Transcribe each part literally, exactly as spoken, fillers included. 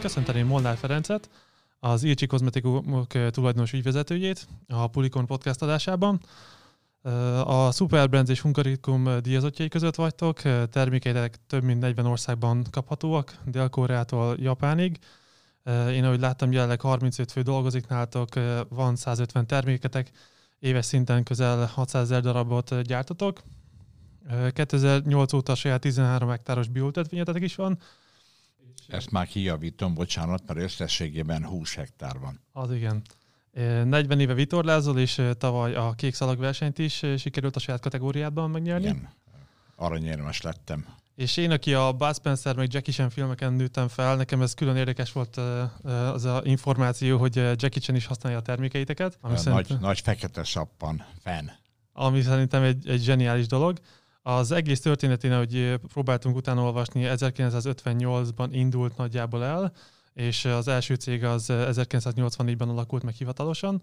köszönteném Molnár Ferencet, az Ircsi Kozmetikumok tulajdonos ügyvezetőjét a Pulikon podcast adásában. A Superbrands és Hungarikum díjazottjai között vagytok, termékeitek több mint negyven országban kaphatóak, Dél-Koreától Japánig. Én ahogy láttam, jelenleg harmincöt fő dolgozik nálatok, van százötven terméketek, éves szinten közel hatszázezer darabot gyártotok. kétezer-nyolc óta saját tizenhárom hektáros bioültetvényetek is van. Ezt már kijavítom, bocsánat, mert összességében húsz hektár van. Az igen. negyven éve vitorlázol, és tavaly a kék szalag versenyt is sikerült a saját kategóriádban megnyerni. Igen, aranyérmes lettem. És én, aki a Bud Spencer meg Jackie Chan filmeken nőttem fel, nekem ez külön érdekes volt az a információ, hogy Jackie Chan is használja a termékeiteket. Ami a szerint... nagy, nagy fekete szappan, fan. Ami szerintem egy, egy zseniális dolog. Az egész történetén, ahogy próbáltunk utána olvasni, ezerkilencszázötvennyolcban indult nagyjából el, és az első cég az ezerkilencszáznyolcvannégyben alakult meg hivatalosan.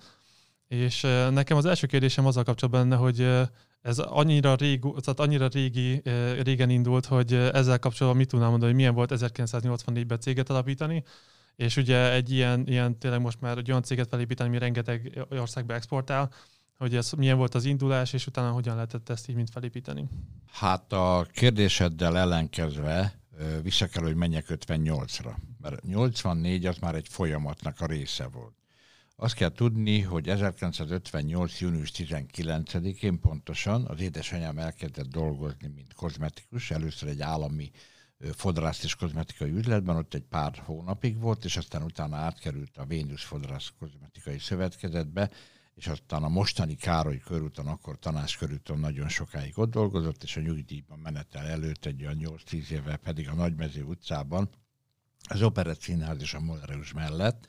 És nekem az első kérdésem azzal kapcsolatban lenne, hogy ez annyira, régu, tehát annyira régi, régen indult, hogy ezzel kapcsolatban mit tudnám mondani, hogy milyen volt ezerkilencszáznyolcvannégyben céget alapítani, és ugye egy ilyen, ilyen tényleg most már egy olyan céget felépíteni, ami rengeteg országba exportál, hogy ez milyen volt az indulás, és utána hogyan lehetett ezt így mind felépíteni? Hát a kérdéseddel ellenkezve vissza kell, hogy menjek ötvennyolcra, mert nyolcvannégy az már egy folyamatnak a része volt. Azt kell tudni, hogy ezerkilencszázötvennyolc. június tizenkilencedikén pontosan az édesanyám elkezdett dolgozni, mint kozmetikus, először egy állami fodrász és kozmetikai üzletben, ott egy pár hónapig volt, és aztán utána átkerült a Vénusz Fodrász Kozmetikai Szövetkezetbe, és aztán a mostani Károly körúton, akkor Tanács körúton nagyon sokáig ott dolgozott, és a nyugdíjban menetel előtt egy olyan nyolc-tíz éve pedig a Nagymező utcában, az Operett Színház és a Mollereus mellett,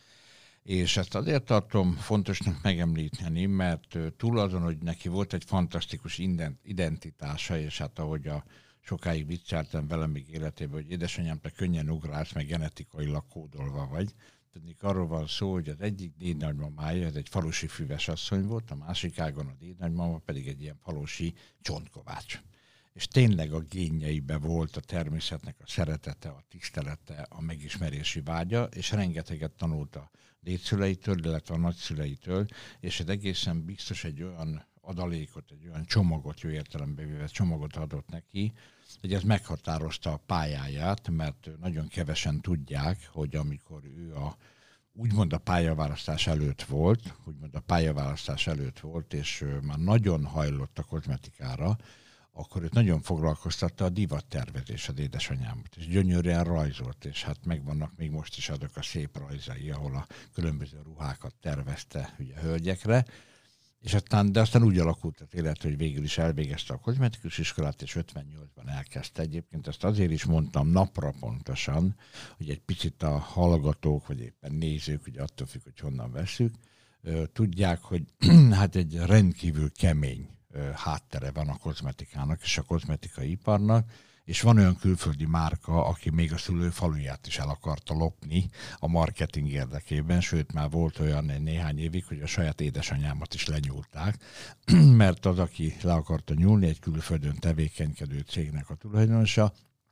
és ezt azért tartom fontosnak megemlíteni, mert túl azon, hogy neki volt egy fantasztikus identitása, és hát ahogy a sokáig vicceltem vele még életében, hogy édesanyám, te könnyen ugrálsz, meg genetikailag kódolva vagy. Tudnék, arról van szó, hogy az egyik dédnagymamája, ez egy falusi füves asszony volt, a másik ágon a dédnagymama pedig egy ilyen falusi csontkovács. És tényleg a génjeibe volt a természetnek a szeretete, a tisztelete, a megismerési vágya, és rengeteget tanult a dédszüleitől, illetve a nagyszüleitől, és ez egészen biztos egy olyan adalékot, egy olyan csomagot, jó értelembe véve csomagot adott neki, hogy ez meghatározta a pályáját, mert nagyon kevesen tudják, hogy amikor ő a, úgymond a pályaválasztás előtt volt, úgymond a pályaválasztás előtt volt, és már nagyon hajlott a kozmetikára, akkor őt nagyon foglalkoztatta a divattervezés az édesanyámat, és gyönyörűen rajzolt, és hát megvannak még most is azok a szép rajzai, ahol a különböző ruhákat tervezte ugye hölgyekre, és aztán, de aztán úgy alakult az élet, hogy végül is elvégezte a kozmetikus iskolát, és ötvennyolcban elkezdte. Egyébként ezt azért is mondtam napra pontosan, hogy egy picit a hallgatók, vagy éppen nézők, ugye attól függ, hogy honnan veszük, tudják, hogy hát egy rendkívül kemény háttere van a kozmetikának és a kozmetikai iparnak, és van olyan külföldi márka, aki még a szülőfaluját is el akarta lopni a marketing érdekében, sőt már volt olyan néhány évig, hogy a saját édesanyámat is lenyúlták, mert az, aki le akarta nyúlni, egy külföldön tevékenykedő cégnek a tulajdonosa,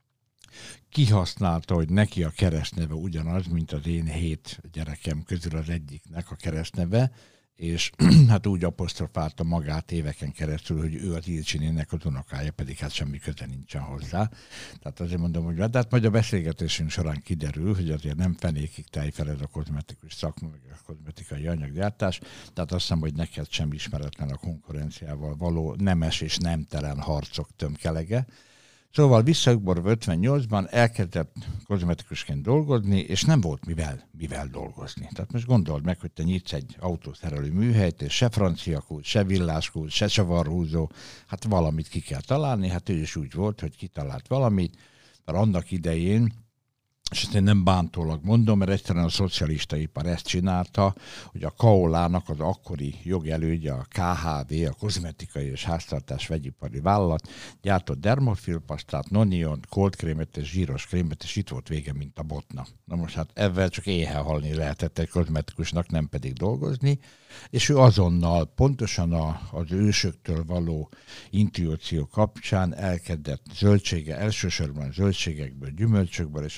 kihasználta, hogy neki a keresztneve ugyanaz, mint az én hét gyerekem közül az egyiknek a keresztneve, és hát úgy apostrofálta magát éveken keresztül, hogy ő az Ircsinének az unokája, pedig hát semmi köze nincsen hozzá. Tehát azért mondom, hogy de hát majd a beszélgetésünk során kiderül, hogy azért nem fenékig tejfeled a kozmetikus szakma, meg a kozmetikai anyaggyártás, tehát azt hiszem, hogy neked sem ismeretlen a konkurenciával való nemes és nemtelen harcok tömkelege. Szóval visszaugorva ötvennyolcban elkezdett kozmetikusként dolgozni, és nem volt mivel, mivel dolgozni. Tehát most gondold meg, hogy te nyitsz egy autószerelő műhelyt, és se francia kulcs, se villáskulcs, se csavarhúzó, hát valamit ki kell találni, hát ő is úgy volt, hogy kitalált valamit, mert annak idején, és ezt én nem bántólag mondom, mert egyszerűen a szocialista ipar ezt csinálta, hogy a Kaolának az akkori jogelődje, a ká há vé, a kozmetikai és háztartás vegyipari vállalat gyártott dermofilpasztát, noniont, koldkrémet és zsíros krémet, és itt volt vége, mint a botna. Na most hát ebben csak éhen halni lehetett egy kozmetikusnak, nem pedig dolgozni, és ő azonnal, pontosan a, az ősöktől való intuíció kapcsán elkezdett zöldsége, elsősorban zöldségekből, gyümölcsökből, és aztán utána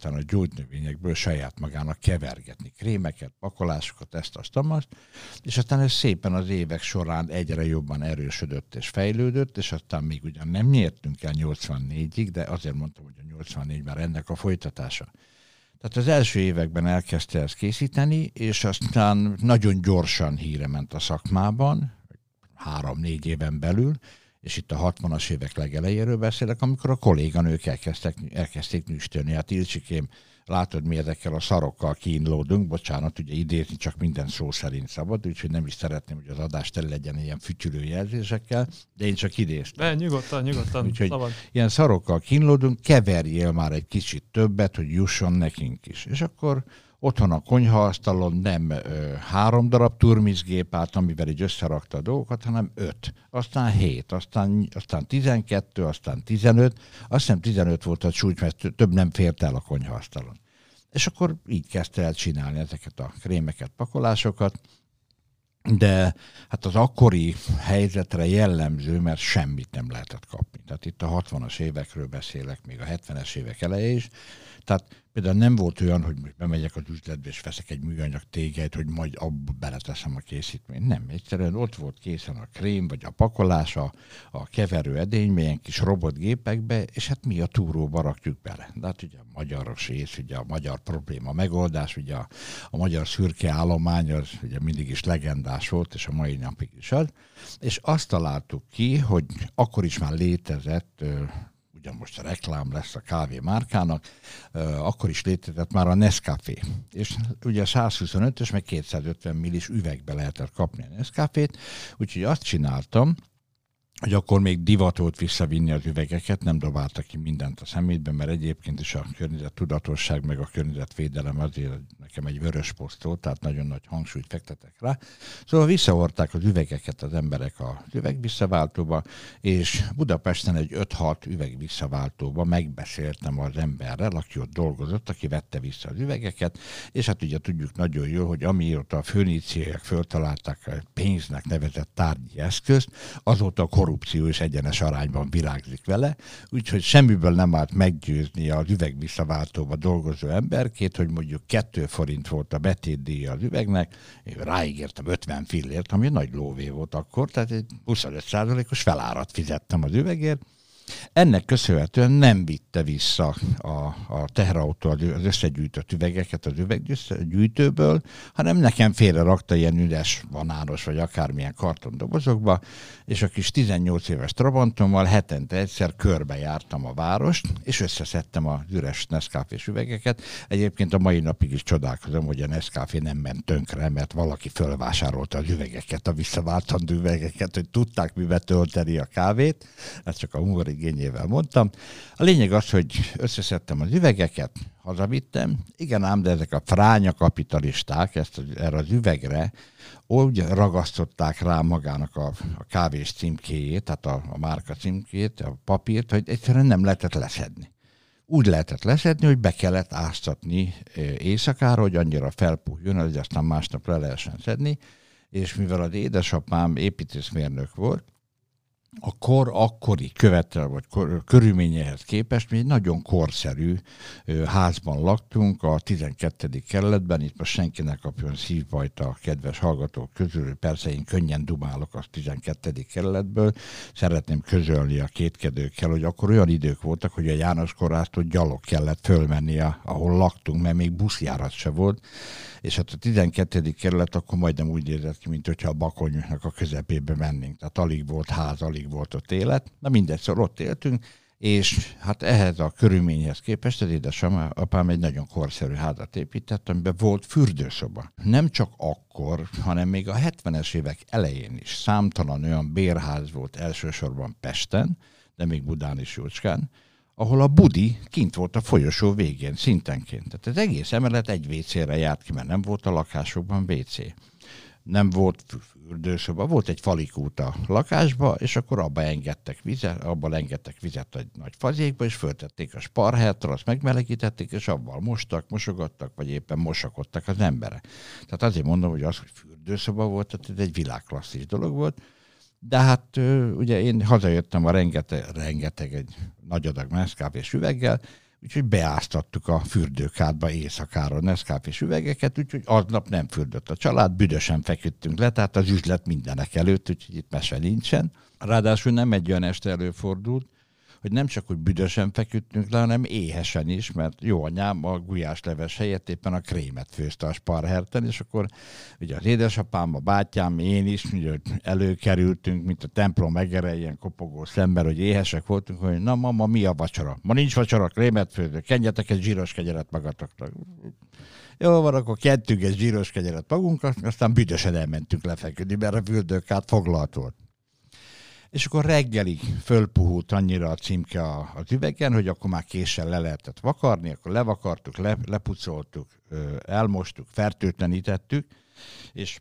utána a gyógynövényekből saját magának kevergetni krémeket, pakolásokat, ezt, azt, azt, és aztán ez szépen az évek során egyre jobban erősödött és fejlődött, és aztán még ugyan nem nyertünk el nyolcvannégyig, de azért mondtam, hogy a nyolcvannégy már ennek a folytatása. Tehát az első években elkezdte ezt készíteni, és aztán nagyon gyorsan híre ment a szakmában, három-négy éven belül, és itt a hatvanas évek legelejéről beszélek, amikor a kolléganők elkezdtek, elkezdték nüstölni. Hát Ilcsikém, látod, mi ezekkel a szarokkal kínlódunk, bocsánat, ugye idézni csak minden szó szerint szabad, úgyhogy nem is szeretném, hogy az adás tele legyen ilyen fütyülő jelzésekkel, de én csak idéztem. De nyugodtan, nyugodtan, úgyhogy szabad. Ilyen szarokkal kínlódunk, keverjél már egy kicsit többet, hogy jusson nekünk is. És akkor otthon a konyhaasztalon nem ö, három darab turmizgép állt, amivel így összerakta a dolgokat, hanem öt, aztán hét, aztán, aztán tizenkettő, aztán tizenöt, azt hiszem tizenöt volt a csúcs, mert több nem fért el a konyhaasztalon. És akkor így kezdte el csinálni ezeket a krémeket, pakolásokat, de hát az akkori helyzetre jellemző, mert semmit nem lehetett kapni. Tehát itt a hatvanas évekről beszélek, még a hetvenes évek eleje is. Tehát például nem volt olyan, hogy most bemegyek az üzletbe és veszek egy műanyag tégelyt, hogy majd abba beleteszem a készítményt. Nem, egyszerűen ott volt készen a krém, vagy a pakolás, a, a keverő edény, ilyen kis robotgépekbe, és hát mi a túróba rakjuk bele. De hát ugye a magyaros rész, ugye a magyar probléma megoldás, ugye a, a magyar szürke állomány az ugye mindig is legendás volt, és a mai napig is az. És azt találtuk ki, hogy akkor is már létezett, ugyan most a reklám lesz a kávé márkának, akkor is létezett már a Nescafé. És ugye százhuszonötös, meg kétszázötven millis üvegbe lehetett kapni a Nescafét, úgyhogy azt csináltam, hogy akkor még divat volt visszavinni az üvegeket, nem dobáltak ki mindent a szemétben, mert egyébként is a környezettudatosság meg a környezetvédelem azért nekem egy vörös posztol, tehát nagyon nagy hangsúlyt fektetek rá. Szóval visszahordták az üvegeket az emberek az üvegvisszaváltóba, és Budapesten egy öt-hat üvegvisszaváltóba megbeszéltem az emberrel, aki ott dolgozott, aki vette vissza az üvegeket, és hát ugye tudjuk nagyon jól, hogy amióta a föníciaiak föltalálták a pénznek nevezett tárgyi eszközt, azóta a korrupció is egyenes arányban virágzik vele, úgyhogy semmiből nem állt meggyőzni az üvegvisszaváltóba dolgozó emberkét, hogy mondjuk kettő forint volt a betétdíja az üvegnek, én ráígértem ötven fillért, ami nagy lóvé volt akkor, tehát egy huszonöt százalékos felárat fizettem az üvegért. Ennek köszönhetően nem vitte vissza a, a teherautó az összegyűjtött üvegeket az üveggyűjtőből, hanem nekem félre rakta ilyen üres, banános vagy akármilyen kartondobozokba, és a kis tizennyolc éves Trabantommal hetente egyszer körbejártam a várost, és összeszedtem az üres Nescafés üvegeket. Egyébként a mai napig is csodálkozom, hogy a Nescafé nem ment tönkre, mert valaki fölvásárolta az üvegeket, a visszaváltandó üvegeket, hogy tudták mibe tölteni a kávét. Ez csak a humor igényével mondtam. A lényeg az, hogy összeszedtem az üvegeket, hazavittem. Igen ám, de ezek a fránya kapitalisták ezt, erre az üvegre úgy ragasztották rá magának a, a kávés címkéjét, tehát a, a márka címkét, a papírt, hogy egyszerűen nem lehetett leszedni. Úgy lehetett leszedni, hogy be kellett áztatni éjszakára, hogy annyira felpuhjon, hogy aztán másnap le lehessen szedni, és mivel az édesapám építészmérnök volt, a kor akkori követel vagy kor, körülményehez képest mi egy nagyon korszerű ö, házban laktunk, a tizenkettedik kerületben, itt most senki ne kapjon szívbajt a kedves hallgatók közül, persze én könnyen dumálok a tizenkettedik kerületből, szeretném közölni a kétkedőkkel, hogy akkor olyan idők voltak, hogy a János Korától gyalog kellett fölmenni, ahol laktunk, mert még buszjárat se volt, és hát a tizenkettedik kerület akkor majdnem úgy nézett ki, mint hogyha a Bakonynak a közepébe mennénk. Tehát alig volt ház, alig volt ott élet. Na mindegyszer ott éltünk, és hát ehhez a körülményhez képest az édesapám egy nagyon korszerű házat épített, amiben volt fürdőszoba. Nem csak akkor, hanem még a hetvenes évek elején is számtalan olyan bérház volt elsősorban Pesten, de még Budán is jócskán, ahol a budi kint volt a folyosó végén, szintenként. Tehát az egész emelet egy vécére járt ki, mert nem volt a lakásokban vécé. Nem volt fürdőszoba, volt egy falikút a lakásba, és akkor abba engedtek vizet, abba engedtek vizet egy nagy fazékba, és föltették a sparhertre, azt megmelegítették, és abban mostak, mosogattak, vagy éppen mosakodtak az emberek. Tehát azért mondom, hogy az, hogy fürdőszoba volt, tehát ez egy világklasszis dolog volt. De hát ugye én hazajöttem a rengeteg, rengeteg egy nagy adag Nescafés üveggel, úgyhogy beáztattuk a fürdőkádba éjszakára a Nescafés üvegeket, úgyhogy aznap nem fürdött a család, büdösen feküdtünk le, tehát az üzlet mindenek előtt, úgyhogy itt mese nincsen. Ráadásul nem egy olyan este előfordult, hogy nem csak úgy büdösen feküdtünk le, hanem éhesen is, mert jó anyám a gulyásleves helyett éppen a krémet főzte a Sparherten, és akkor ugye az édesapám, a bátyám, én is ugye előkerültünk, mint a templom megere, ilyen kopogó szemben, hogy éhesek voltunk, hogy na mama, mi a vacsora? Ma nincs vacsora, krémet főző, kenjetek egy zsíros kegyeret magatoknak. Jó van, akkor kentünk egy zsíros kegyeret magunknak, aztán büdösen elmentünk lefeküdni, mert a fürdőkád foglalt volt. És akkor reggelig fölpuhult annyira a címke az üvegen, hogy akkor már késsel le lehetett vakarni, akkor levakartuk, le, lepucoltuk, elmostuk, fertőtlenítettük, és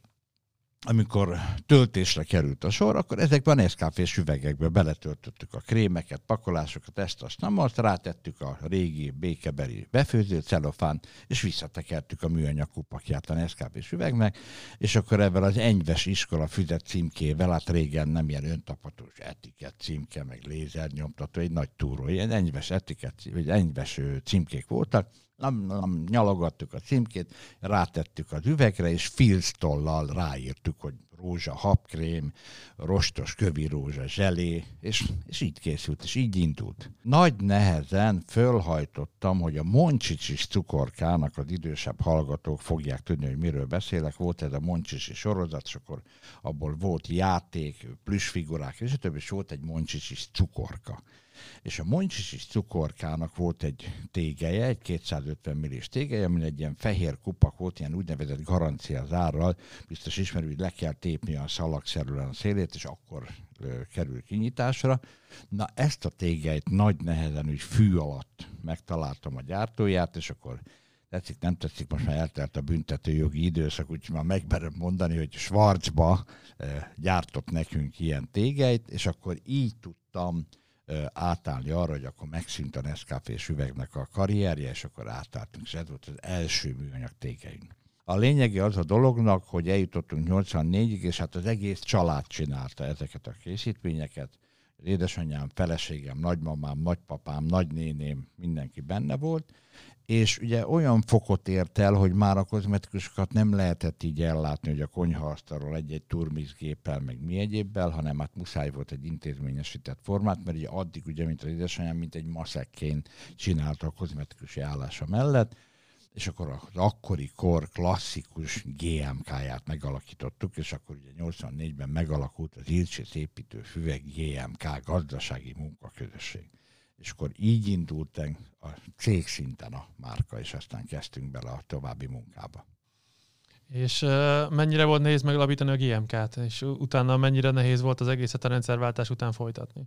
amikor töltésre került a sor, akkor ezekben a Nescafés üvegekbe beletöltöttük a krémeket, pakolásokat, ezt, azt, nem, azt rátettük a régi békebeli befőző celofán, és visszatekertük a műanyag kupakját a Nescafés üvegnek, és akkor ebben az enyves iskola füzet címkével, hát régen nem ilyen öntapatós etikett címke, meg lézernyomtató, egy nagy túró, ilyen enyves etikett, vagy enyves címkék voltak, Nem, nem, nyalogattuk a címkét, rátettük az üvegre, és filctollal ráírtuk, hogy rózsa habkrém, rostos kövi rózsa zselé, és, és így készült, és így indult. Nagy nehezen fölhajtottam, hogy a Moncsicsis cukorkának az idősebb hallgatók fogják tudni, hogy miről beszélek. Volt ez a Moncsicsi sorozat, és akkor abból volt játék, plüssfigurák, és több is volt egy Moncsicsis cukorka. És a Moncsicsis cukorkának volt egy tégeje, egy kétszázötven millis tégeje, amin egy ilyen fehér kupak volt, ilyen úgynevezett garancia zárral, biztos ismerő, hogy le kell tépni a szalagszerűen a szélét, és akkor ö, kerül kinyitásra. Na ezt a tégelyt nagy nehezen úgy fű alatt megtaláltam a gyártóját, és akkor tetszik, nem tetszik, most már eltelt a büntetőjogi időszak, úgyhogy már megmerem mondani, hogy Schwarzba ö, gyártott nekünk ilyen tégelyt, és akkor így tudtam átállni arra, hogy akkor megszűnt a Nescafés üvegnek a karrierje, és akkor átálltunk, és ez volt az első műanyag tégeink. A lényege az a dolognak, hogy eljutottunk nyolcvannégyig, és hát az egész család csinálta ezeket a készítményeket. Az édesanyám, feleségem, nagymamám, nagypapám, nagynéném, mindenki benne volt, és ugye olyan fokot ért el, hogy már a kozmetikusokat nem lehetett így ellátni, hogy a konyhaasztalról egy-egy turmizgéppel, meg mi egyébbel, hanem hát muszáj volt egy intézményesített formát, mert ugye addig, ugye, mint az édesanyám, mint egy maszekként csinálta a kozmetikusi állása mellett, és akkor az akkori kor klasszikus gé em ká-ját megalakítottuk, és akkor ugye nyolcvannégyben megalakult az Ilcsis építő füveg gé em ká gazdasági munkaközösség. És akkor így indult a cég szinten a márka, és aztán kezdtünk bele a további munkába. És uh, mennyire volt nehéz megalapítani a gé em ká-t, és utána mennyire nehéz volt az egészet a rendszerváltás után folytatni?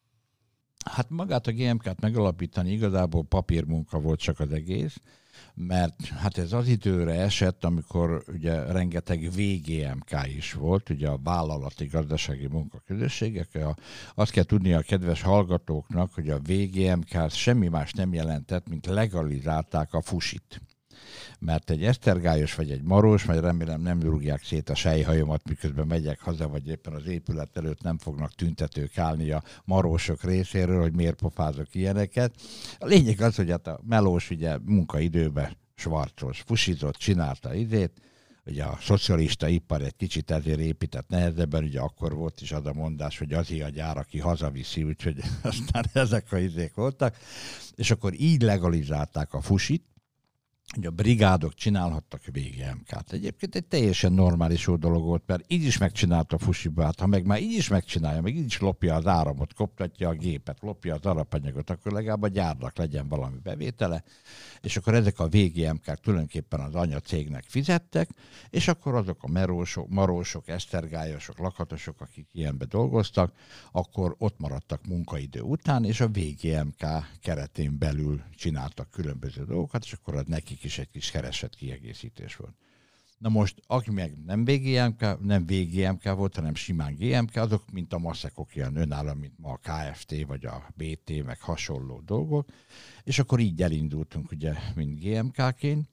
Hát magát a gé em ká-t megalapítani igazából papírmunka volt csak az egész, mert hát ez az időre esett, amikor ugye rengeteg vé gé em ká is volt, ugye a vállalati gazdasági munkaközösségek. Azt kell tudni a kedves hallgatóknak, hogy a vé gé em ká semmi más nem jelentett, mint legalizálták a fusit. Mert egy esztergályos vagy egy marós, majd remélem nem rúgják szét a sejhajomat, miközben megyek haza, vagy éppen az épület előtt nem fognak tüntetők állni a marósok részéről, hogy miért pofázok ilyeneket. A lényeg az, hogy hát a melós ugye munkaidőben svarcos, fusizott, csinálta idét, ugye a szocialista ipar egy kicsit ezért épített nehezebben, ugye akkor volt is az a mondás, hogy azért a gyár, aki hazaviszi, úgyhogy aztán ezek a izék voltak, és akkor így legalizálták a fusit, hogy a brigádok csinálhattak vé gé em ká-t. Egyébként egy teljesen normális jó dolog volt, mert így is megcsinálta a fusibát, ha meg már így is megcsinálja, meg így is lopja az áramot, koptatja a gépet, lopja az alapanyagot, akkor legalább a gyárnak legyen valami bevétele, és akkor ezek a vé gé em ká-k tulajdonképpen az anyacégnek fizettek, és akkor azok a merósok, marósok, esztergályosok, lakatosok, akik ilyenbe dolgoztak, akkor ott maradtak munkaidő után, és a vé gé em ká keretén belül csináltak különböző dolgokat, és akkor az nekik is egy kis keresett kiegészítés volt. Na most, aki meg nem vé gé em ká, nem vé gé em ká volt, hanem simán gé em ká, azok, mint a maszekok, ilyen önálló, mint ma a ká ef té, vagy a bé té, meg hasonló dolgok, és akkor így elindultunk, ugye, mint gé em ká-ként,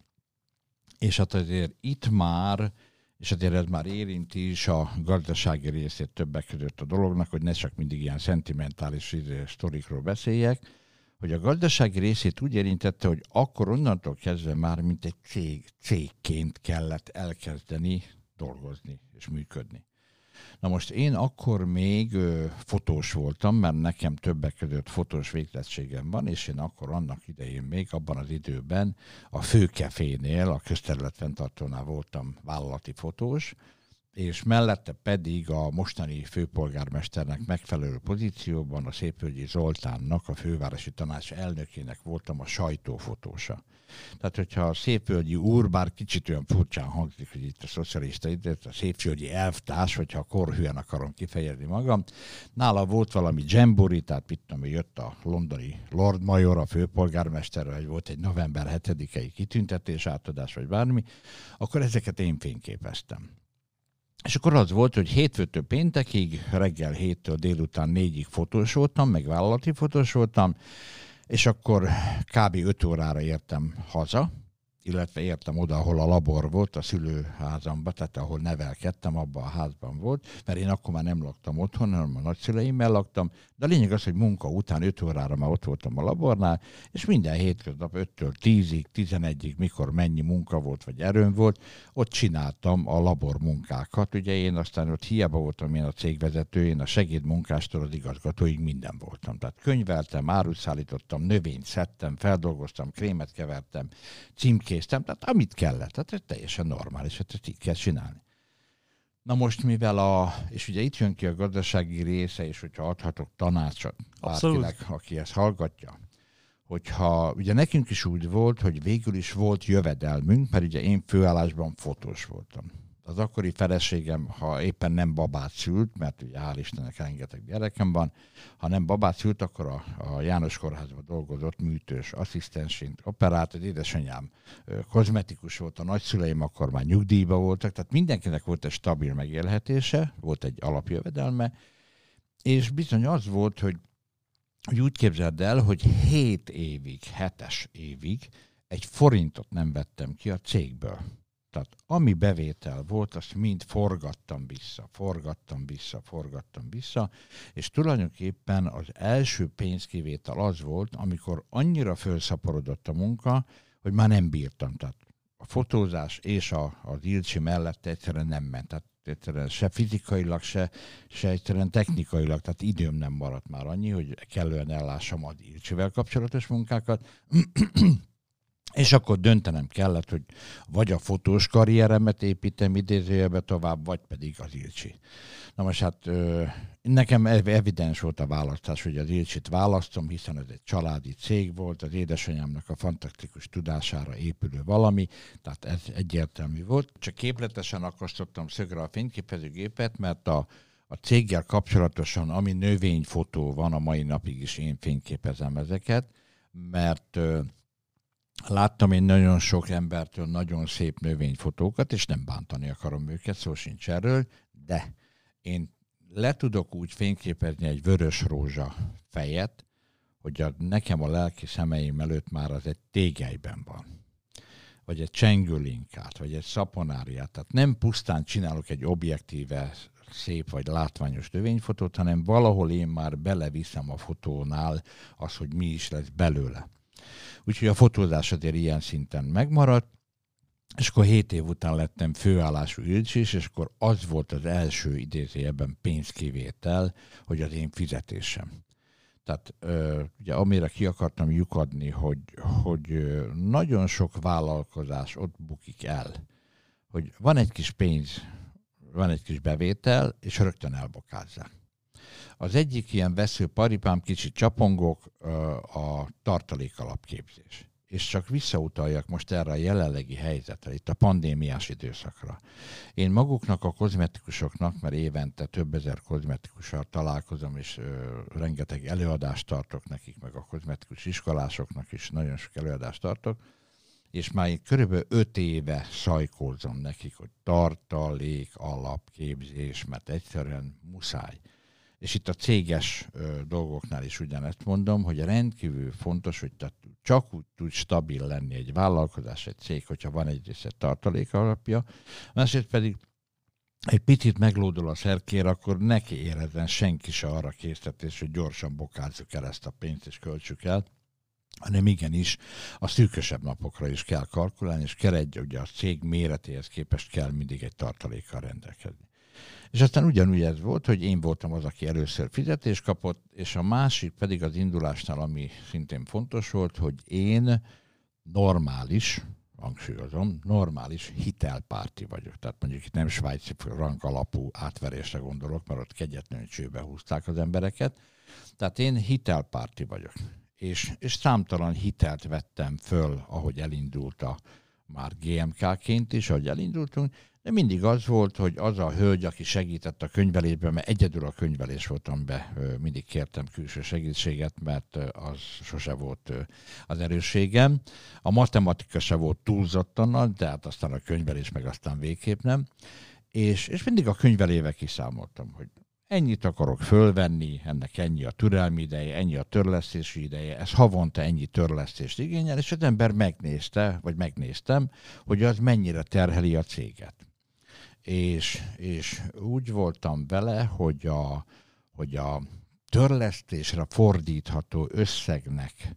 és hát azért itt már, és azért ez már érinti is a gazdasági részét többek között a dolognak, hogy ne csak mindig ilyen szentimentális sztorikról beszéljek, hogy a gazdasági részét úgy érintette, hogy akkor onnantól kezdve már mint egy cég, cégként kellett elkezdeni dolgozni és működni. Na most én akkor még ö, fotós voltam, mert nekem többek között fotós végzettségem van, és én akkor annak idején még abban az időben a Főkefénél, a közterületfenntartónál voltam vállalati fotós, és mellette pedig a mostani főpolgármesternek megfelelő pozícióban a Szépvölgyi Zoltánnak, a fővárosi tanács elnökének voltam a sajtófotósa. Tehát, hogyha a Szépvölgyi úr, bár kicsit olyan furcsán hangzik, hogy itt a szocialista időt, a Szépvölgyi elvtárs, hogyha korhűen akarom kifejezni magam, nála volt valami dzsembori, tehát mit tudom, jött a londoni Lord Mayor, a főpolgármester, vagy volt egy november hetedikei kitüntetés, átadás, vagy bármi, akkor ezeket én fényképeztem. És akkor az volt, hogy hétfőtől péntekig, reggel héttől délután négyig fotós voltam, meg vállalati fotós voltam, és akkor kb. öt órára értem haza, illetve értem oda, ahol a labor volt, a szülőházamba, tehát ahol nevelkedtem, abban a házban volt, mert én akkor már nem laktam otthon, hanem a nagyszüleimmel laktam, de a lényeg az, hogy munka után öt órára már ott voltam a labornál, és minden hétköznap öttől tízig, tizenegyig, mikor mennyi munka volt, vagy erőm volt, ott csináltam a labor munkákat. Ugye én aztán ott hiába voltam én a cégvezető, én a segédmunkástól az igazgatóig minden voltam. Tehát könyveltem, áruszállítottam, növényt szedtem, feldolgoztam, krémet kevertem, címkéztem, tehát amit kellett. Tehát ez teljesen normális, hát ezt így kell csinálni. Na most, mivel a, és ugye itt jön ki a gazdasági része, és hogyha adhatok tanácsot bárkinek, aki ezt hallgatja, hogyha, ugye nekünk is úgy volt, hogy végül is volt jövedelmünk, mert ugye én főállásban fotós voltam. Az akkori feleségem, ha éppen nem babát szült, mert ugye hál' Istennek rengeteg gyerekem van, ha nem babát szült, akkor a, a János Kórházban dolgozott műtős asszisztensként operált, az édesanyám kozmetikus volt, a nagyszüleim akkor már nyugdíjban voltak, tehát mindenkinek volt egy stabil megélhetése, volt egy alapjövedelme, és bizony az volt, hogy, hogy úgy képzeld el, hogy hét évig, hetes évig egy forintot nem vettem ki a cégből. Tehát ami bevétel volt, azt mind forgattam vissza, forgattam vissza, forgattam vissza, és tulajdonképpen az első pénzkivétel az volt, amikor annyira felszaporodott a munka, hogy már nem bírtam. Tehát a fotózás és a, az Ilcsi mellett egyszerűen nem ment. Tehát egyszerűen se fizikailag, se, se egyszerűen technikailag, tehát időm nem maradt már annyi, hogy kellően ellássam az Ilcsivel kapcsolatos munkákat. És akkor döntenem kellett, hogy vagy a fotós karrieremet építem idézőjelbe tovább, vagy pedig az Ilcsi. Na most hát nekem evidens volt a választás, hogy az Ilcsit választom, hiszen ez egy családi cég volt, az édesanyámnak a fantasztikus tudására épülő valami, tehát ez egyértelmű volt. Csak képletesen akasztottam szögre a fényképezőgépet, mert a, a céggel kapcsolatosan, ami növényfotó van, a mai napig is én fényképezem ezeket, mert láttam én nagyon sok embertől nagyon szép növényfotókat, és nem bántani akarom őket, szó sincs erről, de én le tudok úgy fényképezni egy vörös rózsa fejet, hogy a, nekem a lelki szemeim előtt már az egy tégelyben van. Vagy egy csengőlinkát, vagy egy szaponáriát. Tehát nem pusztán csinálok egy objektíve szép vagy látványos növényfotót, hanem valahol én már beleviszem a fotónál az, hogy mi is lesz belőle. Úgyhogy a fotózás azért ilyen szinten megmaradt, és akkor hét év után lettem főállású Ilcsi is, és akkor az volt az első idézőjelben pénzkivétel, hogy az én fizetésem. Tehát ö, ugye amire ki akartam lyukadni, hogy, hogy ö, nagyon sok vállalkozás ott bukik el, hogy van egy kis pénz, van egy kis bevétel, és rögtön elbokázzák. Az egyik ilyen veszőparipám, kicsit csapongok, a tartalékalapképzés. És csak visszautaljak most erre a jelenlegi helyzetre, itt a pandémiás időszakra. Én maguknak, a kozmetikusoknak, mert évente több ezer kozmetikussal találkozom, és ö, rengeteg előadást tartok nekik, meg a kozmetikus iskolásoknak is nagyon sok előadást tartok, és már körülbelül öt éve szajkózom nekik, hogy tartalék alapképzés, mert egyszerűen muszáj. És itt a céges ö, dolgoknál is ugyanezt mondom, hogy rendkívül fontos, hogy csak úgy tud stabil lenni egy vállalkozás, egy cég, hogyha van egyrészt egy tartalék alapja, másrészt pedig egy picit meglódul a szerkér, akkor neki érezzen senki se arra késztetés, hogy gyorsan bokázzuk el ezt a pénzt és költsük el. hanem igenis a szűkösebb napokra is kell kalkulálni, és kell egy, ugye a cég méretéhez képest kell mindig egy tartalékkal rendelkezni. És aztán ugyanúgy ez volt, hogy én voltam az, aki először fizetést kapott, és a másik pedig az indulásnál, ami szintén fontos volt, hogy én normális, hangsúlyozom, normális hitelpárti vagyok. Tehát mondjuk itt nem svájci frank alapú átverésre gondolok, mert ott kegyetlenül csőbe húzták az embereket. Tehát én hitelpárti vagyok. És, és számtalan hitelt vettem föl, ahogy elindult a már gé em ká-ként is, ahogy elindultunk, de mindig az volt, hogy az a hölgy, aki segített a könyvelésben, mert egyedül a könyvelés voltam be, mindig kértem külső segítséget, mert az sose volt az erősségem. A matematika se volt túlzottan nagy, de hát aztán a könyvelés meg aztán végképp nem. És, és mindig a könyvelével kiszámoltam, hogy ennyit akarok fölvenni, ennek ennyi a türelmi ideje, ennyi a törlesztési ideje, ez havonta ennyi törlesztést igényel, és az ember megnézte, vagy megnéztem, hogy az mennyire terheli a céget. És, és úgy voltam vele, hogy a, hogy a törlesztésre fordítható összegnek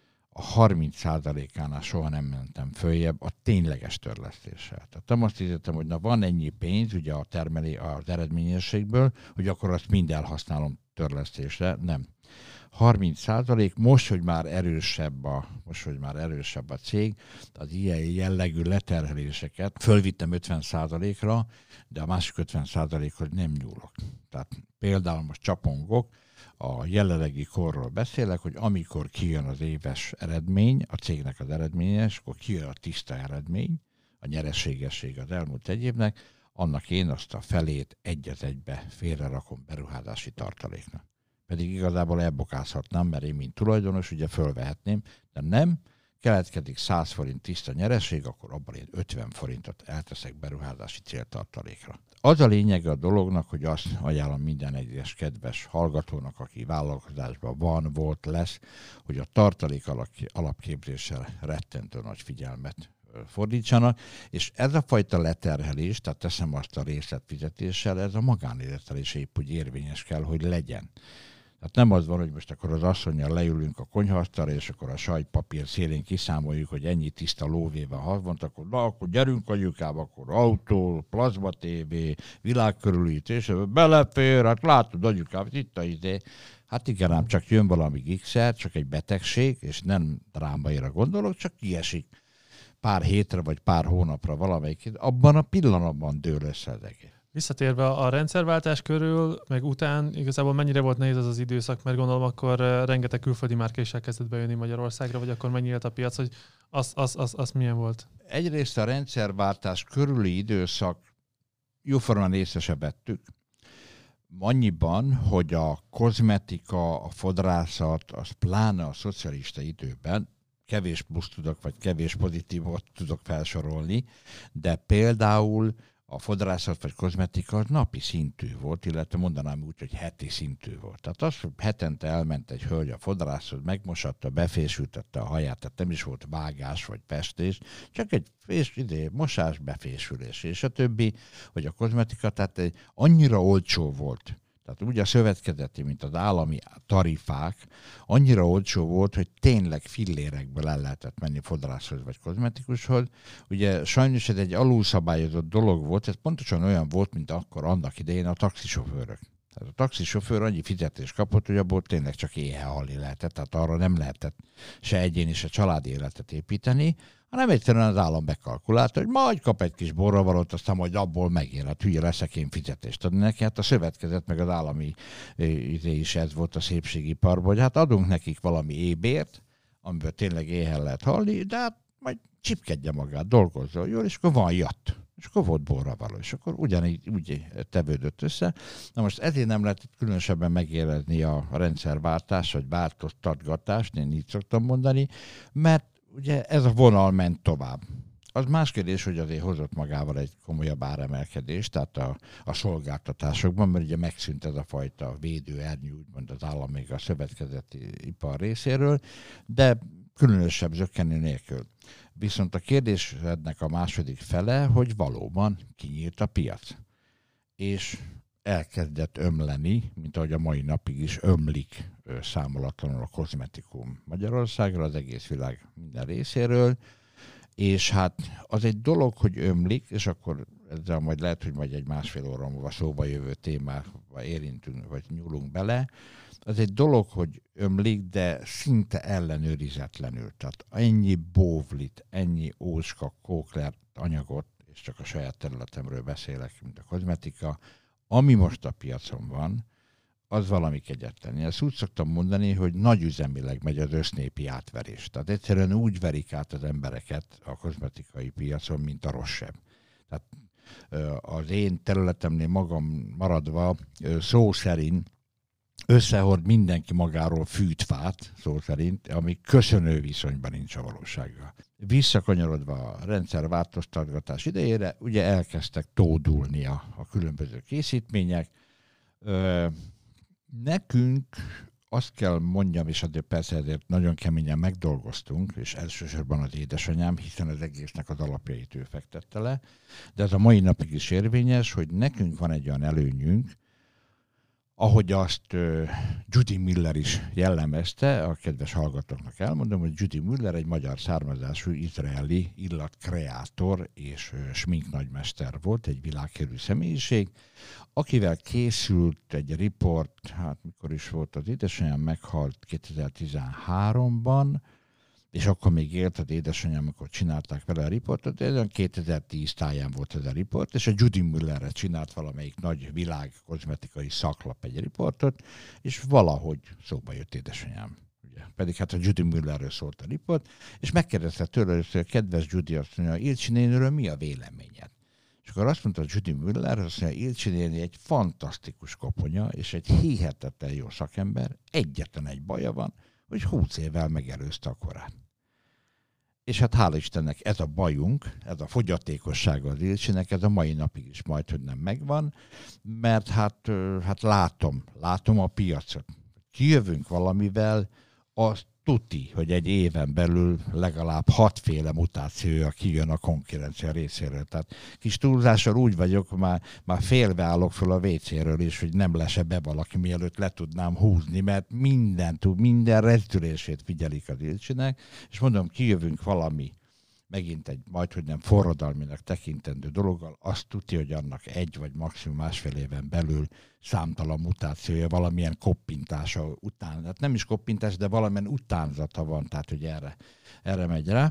a harminc százalékánál soha nem mentem följebb a tényleges törlesztéssel. Tehát nem azt hiszem, hogy na van ennyi pénz ugye a termelé, az eredményességből, hogy akkor azt mind elhasználom törlesztésre. Nem. harminc százalék, most, hogy már erősebb a, most, hogy már erősebb a cég, az ilyen jellegű leterheléseket fölvittem ötven százalékra, de a másik ötven százalékhoz nem nyúlok. Tehát például most csapongok, a jelenlegi korról beszélek, hogy amikor kijön az éves eredmény, a cégnek az eredménye, és akkor kijön a tiszta eredmény, a nyereségesség az elmúlt egy évnek, annak én azt a felét egy az egybe félrerakom beruházási tartaléknak. Pedig igazából elbokázhatnám, mert én, mint tulajdonos, ugye fölvehetném, de nem, keletkezik száz forint tiszta nyereség, akkor abban én ötven forintot elteszek beruházási céltartalékra. Az a lényege a dolognak, hogy azt ajánlom minden egyes kedves hallgatónak, aki vállalkozásban van, volt, lesz, hogy a tartalék alapképzéssel rettentő nagy figyelmet fordítsanak, és ez a fajta leterhelés, tehát teszem azt a részletfizetéssel, ez a magánélettel is épp úgy érvényes kell, hogy legyen. Tehát nem az van, hogy most akkor az asszonnyal leülünk a konyhaasztalra, és akkor a sajtpapír szélén kiszámoljuk, hogy ennyi tiszta lóvével havonta, akkor na, akkor gyerünk anyukába, akkor autó, plazma tévé, világkörülítés, belefér, hát látod anyukám, itt a izé. Hát igen, ám csak jön valami gigszer, csak egy betegség, és nem drámaira gondolok, csak kiesik pár hétre, vagy pár hónapra valamelyik, abban a pillanatban dől össze az egész. Visszatérve a rendszerváltás körül, meg után igazából mennyire volt nehéz az az időszak, mert gondolom akkor rengeteg külföldi márka is elkezdett bejönni Magyarországra, vagy akkor mennyi élt a piac, hogy az, az, az, az milyen volt? Egyrészt a rendszerváltás körüli időszak jóformán észre se vettük. Annyiban, hogy a kozmetika, a fodrászat, az pláne a szocialista időben, kevés plusz tudok, vagy kevés pozitívot tudok felsorolni, de például a fodrászat vagy kozmetika az napi szintű volt, illetve mondanám úgy, hogy heti szintű volt. Tehát az, hogy hetente elment egy hölgy a fodrászhoz, megmosatta, befésültette a haját, tehát nem is volt vágás vagy pestés, csak egy fés, ide, mosás, befésülés, és a többi, hogy a kozmetika, tehát egy, annyira olcsó volt. Tehát úgy a szövetkezeti, mint az állami tarifák, annyira olcsó volt, hogy tényleg fillérekből el lehetett menni fodrászhoz vagy kozmetikushoz. Ugye sajnos ez egy alulszabályozott dolog volt, ez pontosan olyan volt, mint akkor annak idején a taxisofőrök. Tehát a taxisofőr annyi fizetést kapott, hogy abból tényleg csak éhen halni lehetett, tehát arra nem lehetett se egyéni, se családi életet építeni, hanem egyszerűen az állam bekalkulálta, hogy majd kap egy kis borravalót, aztán majd abból megér, hát hülye leszek én fizetést adni neki. Hát a szövetkezet meg az állami izé is ez volt a szépségiparban, hogy hát adunk nekik valami ébért, amiből tényleg éhen lehet halni, de hát majd csipkedje magát, dolgozzon jól, és akkor van jatt. És akkor volt borravaló, és akkor ugyanígy úgy tevődött össze. Na most ezért nem lehetett különösebben megérezni a rendszerváltás, vagy változtatgatást, én így szoktam mondani, mert ugye ez a vonal ment tovább. Az más kérdés, hogy azért hozott magával egy komolyabb áremelkedést, tehát a, a szolgáltatásokban, mert ugye megszűnt ez a fajta védőernyő, úgymond az állam még a szövetkezeti ipar részéről, de különösebb zökkenő nélkül. Viszont a kérdésednek a második fele, hogy valóban kinyílt a piac. És elkezdett ömleni, mint ahogy a mai napig is ömlik számolatlanul a kozmetikum Magyarországra, az egész világ minden részéről, és hát az egy dolog, hogy ömlik, és akkor ezzel majd lehet, hogy majd egy másfél óra múlva szóba jövő témába érintünk, vagy nyúlunk bele. Az egy dolog, hogy ömlik, de szinte ellenőrizetlenül. Tehát ennyi bóvlit, ennyi ócska, kóklert anyagot, és csak a saját területemről beszélek, mint a kozmetika, ami most a piacon van, az valami kegyetlen. Én ezt úgy szoktam mondani, hogy nagyüzemileg megy az össznépi átverés. Tehát egyszerűen úgy verik át az embereket a kozmetikai piacon, mint a rosszabb. Tehát az én területemnél magam maradva szó szerint összehord mindenki magáról fűtfát, szó szerint, ami köszönő viszonyban nincs a valósággal. Visszakanyarodva a rendszerváltoztatgatás idejére, ugye elkezdtek tódulni a, a különböző készítmények. Ö, nekünk azt kell mondjam, és azért persze ezért nagyon keményen megdolgoztunk, és elsősorban az édesanyám, hiszen az egésznek az alapjait ő fektette le, de ez a mai napig is érvényes, hogy nekünk van egy olyan előnyünk, ahogy azt uh, Judy Müller is jellemezte, a kedves hallgatóknak elmondom, hogy Judy Müller egy magyar származású izraeli illatkreátor és uh, sminknagymester volt, egy világhírű személyiség, akivel készült egy riport, hát mikor is volt az édesanyám, meghalt kétezer-tizenháromban, és akkor még élt az édesanyám, amikor csinálták vele a riportot, de kétezer-tíz táján volt ez a riport, és a Judy Müllerre csinált valamelyik nagy világ kozmetikai szaklap egy riportot, és valahogy szóba jött édesanyám. Ugye? Pedig hát a Judy Müllerről szólt a riport, és megkérdezte tőle, hogy kedves Judy, azt mondja, Ilcsi néniről mi a véleményed? És akkor azt mondta Judy Müller, azt mondja, Ilcsi néni egy fantasztikus koponya, és egy hihetetlen jó szakember, egyetlen egy baja van, hogy húsz évvel megelőzte a korát. És hát hála Istennek ez a bajunk, ez a fogyatékossága az Ilcsinek, ez a mai napig is majd, hogy nem megvan, mert hát, hát látom, látom a piacot. Kijövünk valamivel, az tuti, hogy egy éven belül legalább hatféle mutációja kijön a konkurencia részéről. Tehát kis túlzással úgy vagyok, már, már félve állok fel a vécéről is, hogy nem lese be valaki, mielőtt le tudnám húzni, mert minden, minden rezdülését figyelik az Ilcsinek, és mondom, kijövünk valami, megint egy majdhogy nem forradalminak tekintendő dologgal, azt tudja, hogy annak egy vagy maximum másfél éven belül számtalan mutációja, valamilyen koppintása után, hát nem is koppintás, de valamilyen utánzata van, tehát hogy erre, erre megy rá.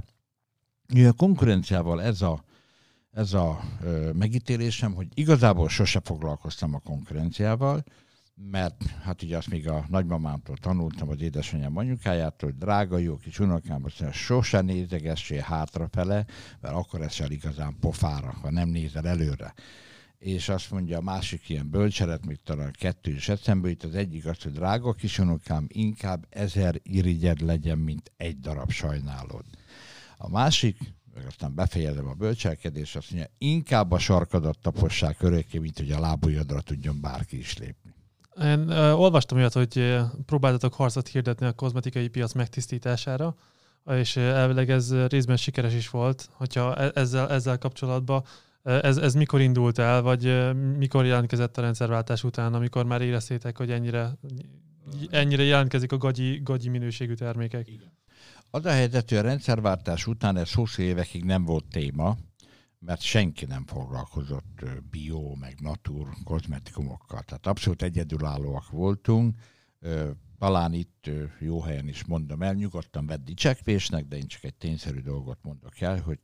A konkurenciával ez a, ez a ö, megítélésem, hogy igazából sose foglalkoztam a konkurenciával, mert hát ugye azt még a nagymamámtól tanultam, az édesanyám anyukájától, hogy drága jó kis unokám, azt mondja, sose nézegessél hátrafele, mert akkor esel igazán pofára, ha nem nézel előre. És azt mondja a másik ilyen bölcseret, még talán kettő is eszembe jut, az egyik az, hogy drága kis unokám, inkább ezer irigyed legyen, mint egy darab sajnálod. A másik, meg aztán befejezem a bölcselkedést, azt mondja, inkább a sarkadat tapossák örökké, mint hogy a lábujjadra tudjon bárki is lépni. Én ö, olvastam olyat, hogy ö, próbáltatok harcot hirdetni a kozmetikai piac megtisztítására, és ö, elvileg ez részben sikeres is volt, hogyha ezzel, ezzel kapcsolatban ez, ez mikor indult el, vagy ö, mikor jelentkezett a rendszerváltás után, amikor már éreztétek, hogy ennyire, ennyire jelentkezik a gagyi, gagyi minőségű termékek? Igen. Az a helyzet, hogy a rendszerváltás után ez hosszú évekig nem volt téma, mert senki nem foglalkozott bio, meg natur kozmetikumokkal. Tehát abszolút egyedülállóak voltunk. Talán itt jó helyen is mondom el, nyugodtan vedd dicsekvésnek, de én csak egy tényszerű dolgot mondok el, hogy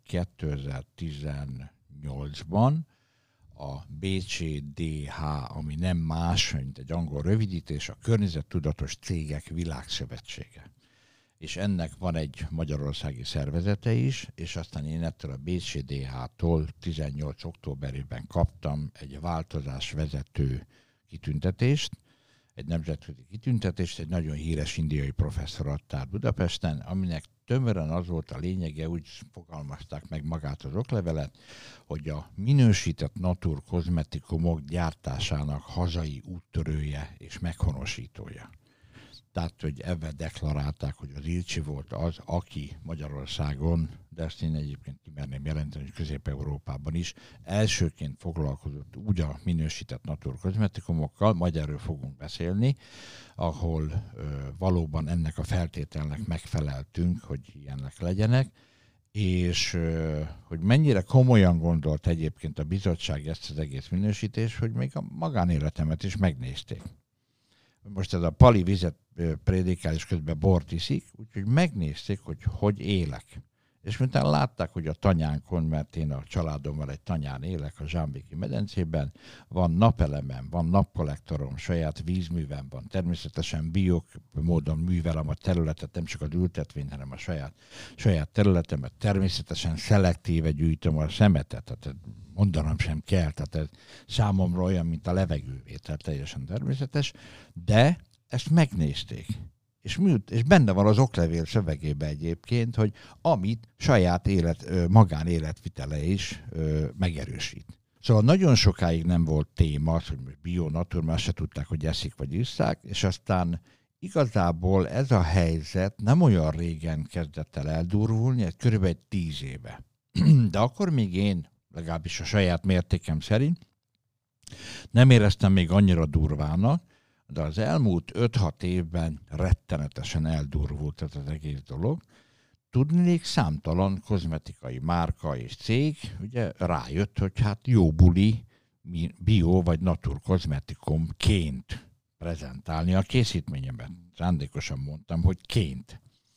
kétezer-tizennyolcban a bé cé dé há, ami nem más, mint egy angol rövidítés, a Környezettudatos Cégek Világszövetsége. És ennek van egy magyarországi szervezete is, és aztán én ettől a bé cé dé há-tól tizennyolc októberében kaptam egy változás vezető kitüntetést, egy nemzetközi kitüntetést, egy nagyon híres indiai professzor adta át Budapesten, aminek tömören az volt a lényege, úgy fogalmazták meg magát az oklevelet, hogy a minősített natur kozmetikumok gyártásának hazai úttörője és meghonosítója. Tehát, hogy ebben deklarálták, hogy az Ilcsi volt az, aki Magyarországon, de ezt én egyébként kimerném jelenteni, hogy Közép-Európában is elsőként foglalkozott úgy a minősített naturkozmetikumokkal, majd erről fogunk beszélni, ahol ö, valóban ennek a feltételnek megfeleltünk, hogy ilyenek legyenek, és ö, hogy mennyire komolyan gondolt egyébként a bizottság ezt az egész minősítést, hogy még a magánéletemet is megnézték. Most ez a pali vizet prédikál, és közben bort iszik, úgyhogy megnézték, hogy hogy élek. És miután látták, hogy a tanyánkon, mert én a családommal egy tanyán élek a Zsámbéki medencében, van napelemem, van napkollektorom, saját vízművem van, természetesen biok módon művelem a területet, nem csak az ültetvényt, hanem a saját, saját területemet, természetesen szelektíve gyűjtöm a szemetet, tehát mondanom sem kell, tehát ez számomra olyan, mint a levegővé, tehát teljesen természetes, de ezt megnézték. És, műt, és benne van az oklevél szövegében egyébként, hogy amit saját élet, magánéletvitele is ö, megerősít. Szóval nagyon sokáig nem volt téma, hogy bio, natur, már se tudták, hogy eszik vagy isszák, és aztán igazából ez a helyzet nem olyan régen kezdett el eldurvulni, ez körülbelül tíz éve. De akkor még én, legalábbis a saját mértékem szerint, nem éreztem még annyira durvának, de az elmúlt öt-hat évben rettenetesen eldurvult ez az egész dolog. Tudnék, számtalan kozmetikai márka és cég ugye rájött, hogy hát jó buli bio vagy natur kozmetikumként prezentálni a készítményemet. Szándékosan mondtam, hogy ként.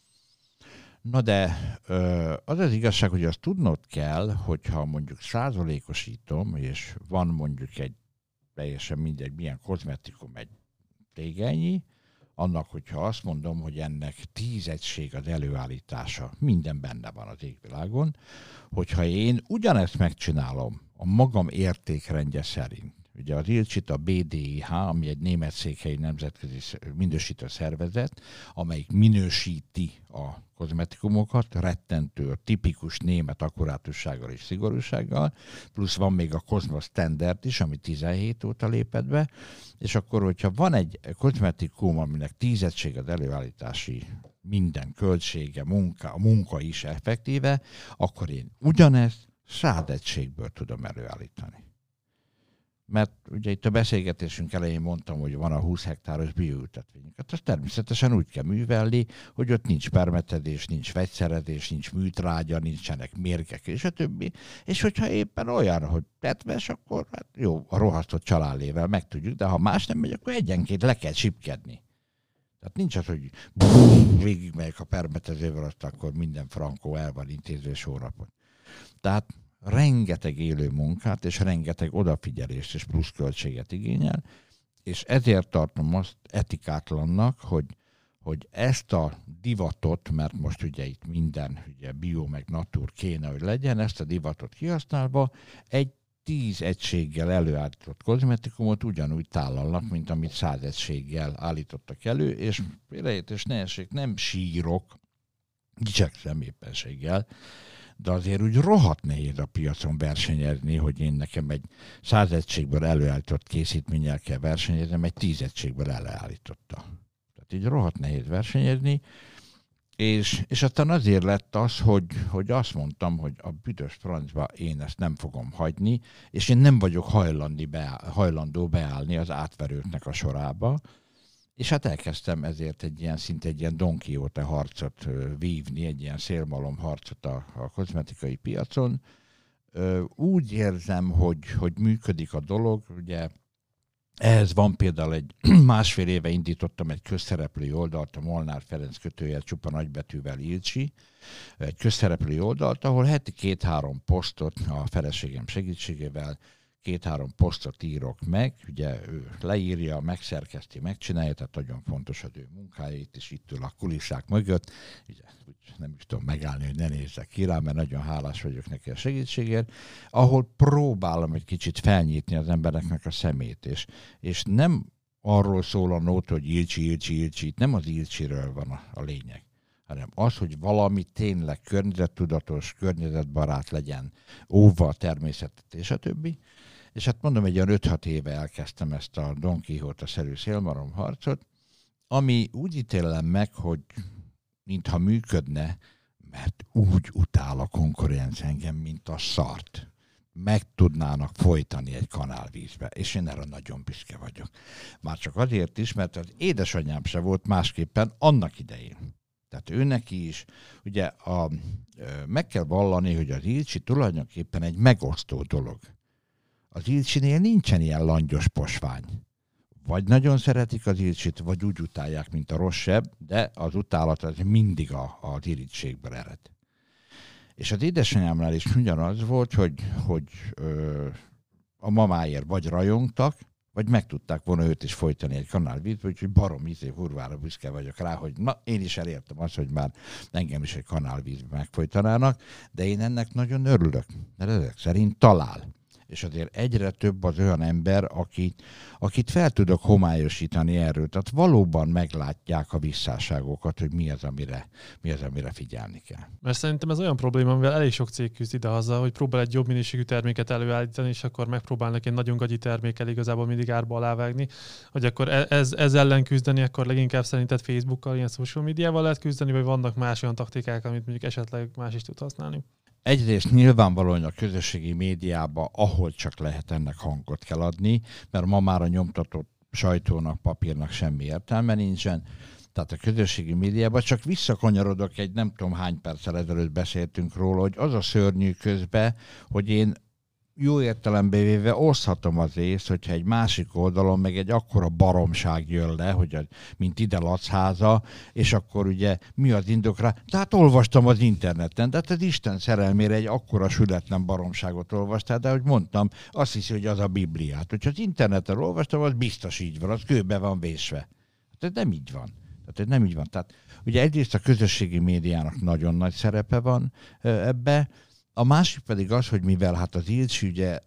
Na de az az igazság, hogy azt tudnod kell, hogyha mondjuk százalékosítom, és van mondjuk egy teljesen mindegy milyen kozmetikum, egy tégennyi, annak, hogyha azt mondom, hogy ennek tíz egység az előállítása, minden benne van az égvilágon, hogyha én ugyanezt megcsinálom a magam értékrendje szerint, ugye az Ilcsit a bé dé i há, ami egy német székhelyi nemzetközi minősítő szervezet, amelyik minősíti a kozmetikumokat, rettentő, tipikus német akkurátussággal és szigorúsággal, plusz van még a Cosmos Standard is, ami tizenhét óta lépett be, és akkor, hogyha van egy kozmetikum, aminek tíz egység az előállítási minden költsége, munka, a munka is effektíve, akkor én ugyanezt száz egységből tudom előállítani. Mert ugye itt a beszélgetésünk elején mondtam, hogy van a húsz hektáros bioültetvényünk. Hát azt természetesen úgy kell művelni, hogy ott nincs permetedés, nincs vegyszerezés, nincs műtrágya, nincsenek mérgek, és a többi. És hogyha éppen olyan, hogy tetves, akkor hát jó, a rohasztott családlével meg tudjuk, de ha más nem megy, akkor egyenként le kell csipkedni. Tehát nincs az, hogy végigmegyek a permetezővel, azt akkor minden frankó el van intéző sórapot. Tehát rengeteg élő munkát és rengeteg odafigyelést és pluszköltséget igényel, és ezért tartom azt etikátlannak, hogy, hogy ezt a divatot, mert most ugye itt minden ugye bio meg natur kéne, hogy legyen, ezt a divatot kihasználva egy tíz egységgel előállított kozmetikumot ugyanúgy tálalnak, mint amit száz egységgel állítottak elő, és félreértés ne essék, nem sírok, dicsekszem éppenséggel, de azért úgy rohadt nehéz a piacon versenyezni, hogy én nekem egy száz egységből előállított készítménnyel kell versenyeznem, egy tíz egységből előállította. Tehát így rohadt nehéz versenyezni, és, és aztán azért lett az, hogy, hogy azt mondtam, hogy a büdös francba én ezt nem fogom hagyni, és én nem vagyok hajlandó, beáll, hajlandó beállni az átverőknek a sorába, és hát elkezdtem ezért egy ilyen, szinte egy ilyen Don Quixote harcot vívni, egy ilyen szélmalom harcot a, a kozmetikai piacon. Úgy érzem, hogy, hogy működik a dolog, ugye ehhez van például egy másfél éve indítottam egy közszereplői oldalt, a Molnár Ferenc kötőjel csupa nagybetűvel Ilcsi, egy közszereplői oldalt, ahol heti két-három posztot a feleségem segítségével két-három posztot írok meg, ugye ő leírja, megszerkeszti, megcsinálja, tehát nagyon fontos az ő munkáit, és itt ül a kulisszák mögött. Ugye, nem is tudom megállni, hogy ne nézzek ki rá, mert nagyon hálás vagyok neki a segítségért, ahol próbálom egy kicsit felnyitni az embereknek a szemét, és, és nem arról szól a nót, hogy Ilcsi, Ilcsi, Ilcsi, nem az Ilcsiről van a, a lényeg, hanem az, hogy valami tényleg környezettudatos, környezetbarát legyen, óvva a természetet és a többi. És hát mondom, egy olyan öt-hat éve elkezdtem ezt a Don Quixote-szerű szélmalom harcot, ami úgy ítélem meg, hogy mintha működne, mert úgy utál a konkurencia engem, mint a szart. Meg tudnának folytani egy kanálvízbe, és én erre nagyon büszke vagyok. Már csak azért is, mert az édesanyám se volt másképpen annak idején. Tehát ő neki is, ugye a, meg kell vallani, hogy az Ilcsi tulajdonképpen egy megosztó dolog. Az Ilcsinél nincsen ilyen langyos posvány. Vagy nagyon szeretik az Ilcsit, vagy úgy utálják, mint a rosszabb, de az utálat az mindig a, az irítségből ered. És az édesanyámnál is ugyanaz volt, hogy, hogy ö, a mamáért vagy rajongtak, vagy meg tudták volna őt is folytani egy kanálvízbe, úgyhogy barom izé hurvára büszke vagyok rá, hogy na, én is elértem azt, hogy már engem is egy kanálvízbe megfolytanának, de én ennek nagyon örülök, mert ezek szerint talál. És azért egyre több az olyan ember, akit, akit fel tudok homályosítani erről. Tehát valóban meglátják a visszásságokat, hogy mi az, amire, mi az, amire figyelni kell. Mert szerintem ez olyan probléma, amivel elég sok cég küzd ide-haza, hogy próbál egy jobb minőségű terméket előállítani, és akkor megpróbálnak egy nagyon gagyi termékkel igazából mindig árba alávágni. Hogy akkor ez, ez ellen küzdeni, akkor leginkább szerinted Facebookkal, ilyen social médiával lehet küzdeni, vagy vannak más olyan taktikák, amit mondjuk esetleg más is tud használni? Egyrészt nyilvánvalóan a közösségi médiában, ahol csak lehet, ennek hangot kell adni, mert ma már a nyomtatott sajtónak, papírnak semmi értelme nincsen. Tehát a közösségi médiában csak visszakanyarodok, egy nem tudom hány perccel ezelőtt beszéltünk róla, hogy az a szörnyű közben, hogy én jó értelembe véve oszthatom az észt, hogyha egy másik oldalon meg egy akkora baromság jön le, hogy mint ide Lacháza, és akkor ugye mi az indokra? Tehát olvastam az interneten, de hát az Isten szerelmére egy akkora sületlen baromságot olvastál, de ahogy mondtam, azt hiszi, hogy az a Bibliát. Hogyha az interneten olvastam, az biztos így van, az kőbe van vésve. Tehát nem így van. Tehát ez nem így van. Tehát ugye egyrészt a közösségi médiának nagyon nagy szerepe van ebbe, a másik pedig az, hogy mivel hát az Ilcsi ugye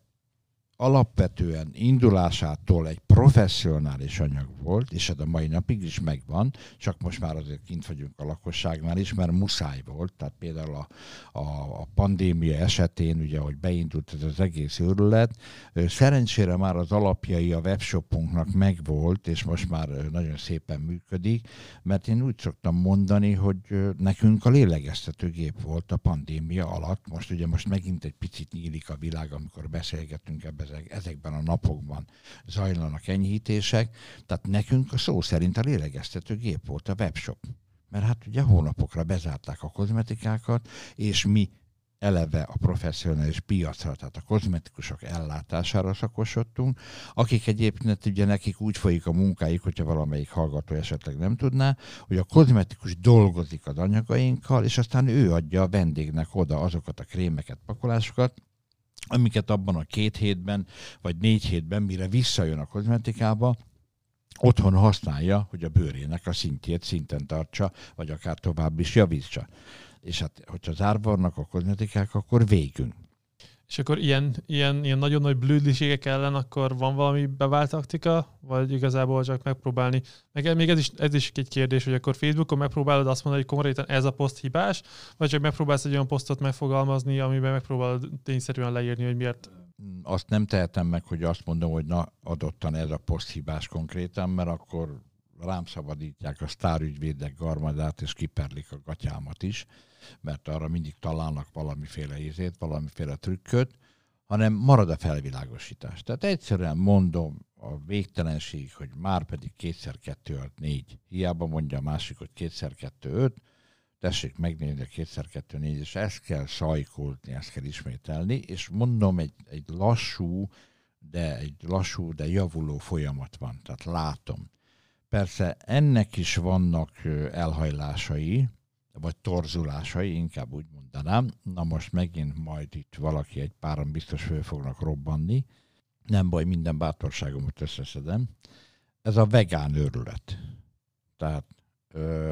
alapvetően indulásától egy professzionális anyag volt, és ez a mai napig is megvan, csak most már azért kint vagyunk a lakosságnál is, mert muszáj volt, tehát például a, a, a pandémia esetén, ugye, hogy beindult ez az egész őrület, szerencsére már az alapjai a webshopunknak megvolt, és most már nagyon szépen működik, mert én úgy szoktam mondani, hogy nekünk a lélegeztetőgép volt a pandémia alatt, most ugye most megint egy picit nyílik a világ, amikor beszélgetünk ebben, ezekben a napokban zajlanak enyhítések, tehát nekünk a szó szerint a lélegeztetőgép volt a webshop. Mert hát ugye hónapokra bezárták a kozmetikákat, és mi eleve a professzionális piacra, tehát a kozmetikusok ellátására szakosodtunk, akik egyébként ugye nekik úgy folyik a munkájuk, hogyha valamelyik hallgató esetleg nem tudná, hogy a kozmetikus dolgozik az anyagainkkal, és aztán ő adja a vendégnek oda azokat a krémeket, pakolásokat, amiket abban a két hétben, vagy négy hétben, mire visszajön a kozmetikába, otthon használja, hogy a bőrének a szintjét szinten tartsa, vagy akár tovább is javítsa. És hát, hogyha zárva vannak a kozmetikák, akkor végünk. És akkor ilyen, ilyen, ilyen nagyon nagy blödliségek ellen akkor van valami bevált taktika, vagy igazából csak megpróbálni? Meg még ez is, ez is egy kérdés, hogy akkor Facebookon megpróbálod azt mondani, hogy konkrétan ez a poszt hibás, vagy csak megpróbálsz egy olyan posztot megfogalmazni, amiben megpróbálod tényszerűen leírni, hogy miért? Azt nem tehetem meg, hogy azt mondom, hogy na, adottan ez a poszt hibás konkrétan, mert akkor rám szabadítják a sztárügyvédek garmadát, és kiperlik a gatyámat is, mert arra mindig találnak valamiféle ízét, valamiféle trükköt, hanem marad a felvilágosítás. Tehát egyszerűen mondom a végtelenség, hogy már pedig kétszer kettő öt négy. Hiába mondja a másik, hogy kétszer kettő öt, tessék megnézni a kétszer kettő négy, és ezt kell sajkolni, ezt kell ismételni, és mondom, egy, egy lassú, de egy lassú, de javuló folyamat van. Tehát látom. Persze ennek is vannak elhajlásai, vagy torzulásai, inkább úgy mondanám. Na most megint majd itt valaki, egy páran biztos föl fognak robbanni. Nem baj, minden bátorságomat összeszedem. Ez a vegán őrület. Tehát ö,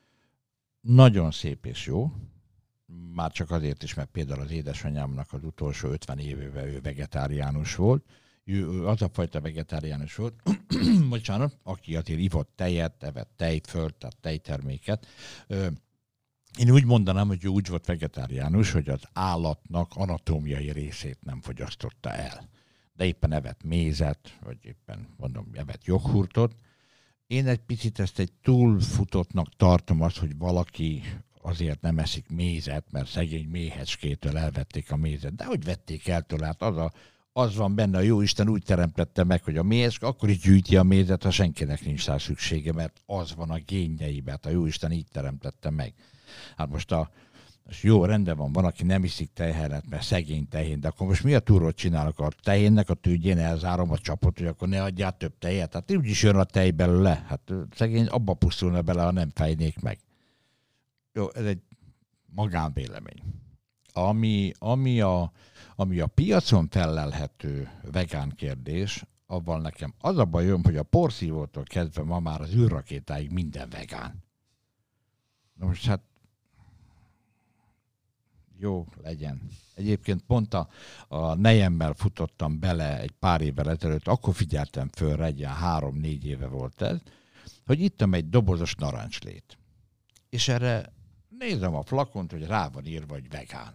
nagyon szép és jó. Már csak azért is, mert például az édesanyámnak az utolsó ötven évében ő vegetáriánus volt. Ő az a fajta vegetáriánus volt, bocsánat, aki azért ivott tejet, evett tejfölt, tehát tejterméket. Én úgy mondanám, hogy ő úgy volt vegetáriánus, hogy az állatnak anatómiai részét nem fogyasztotta el. De éppen evett mézet, vagy éppen mondom, evett joghurtot, Én egy picit ezt egy túlfutottnak tartom azt, hogy valaki azért nem eszik mézet, mert szegény méhecskétől elvették a mézet. De hogy vették el tőle? Hát az, a, az van benne, a Jóisten úgy teremtette meg, hogy a méhecske akkor is gyűjti a mézet, ha senkinek nincs rá szüksége, mert az van a génjeiben. Hát a Jóisten így teremtette meg. Hát most a most jó, rendben van, van, aki nem iszik tehénet, mert szegény tehén, de akkor most mi a túrót csinálok? A tehénnek a tűgyén elzárom a csapot, hogy akkor ne adjál több tejet. Hát úgyis jön a tej belőle. Hát szegény abba pusztulna bele, ha nem fejnék meg. Jó, ez egy magánvélemény. Ami, ami, a, ami a piacon fellelhető vegán kérdés, abban nekem az a bajom, hogy a porszívótól kezdve ma már az űrrakétáig minden vegán. Na most hát jó, legyen. Egyébként pont a, a nejemmel futottam bele egy pár évvel ezelőtt, akkor figyeltem föl, egy ilyen három-négy éve volt ez, hogy ittam egy dobozos narancslét. És erre nézem a flakont, hogy rá van írva, hogy vegán.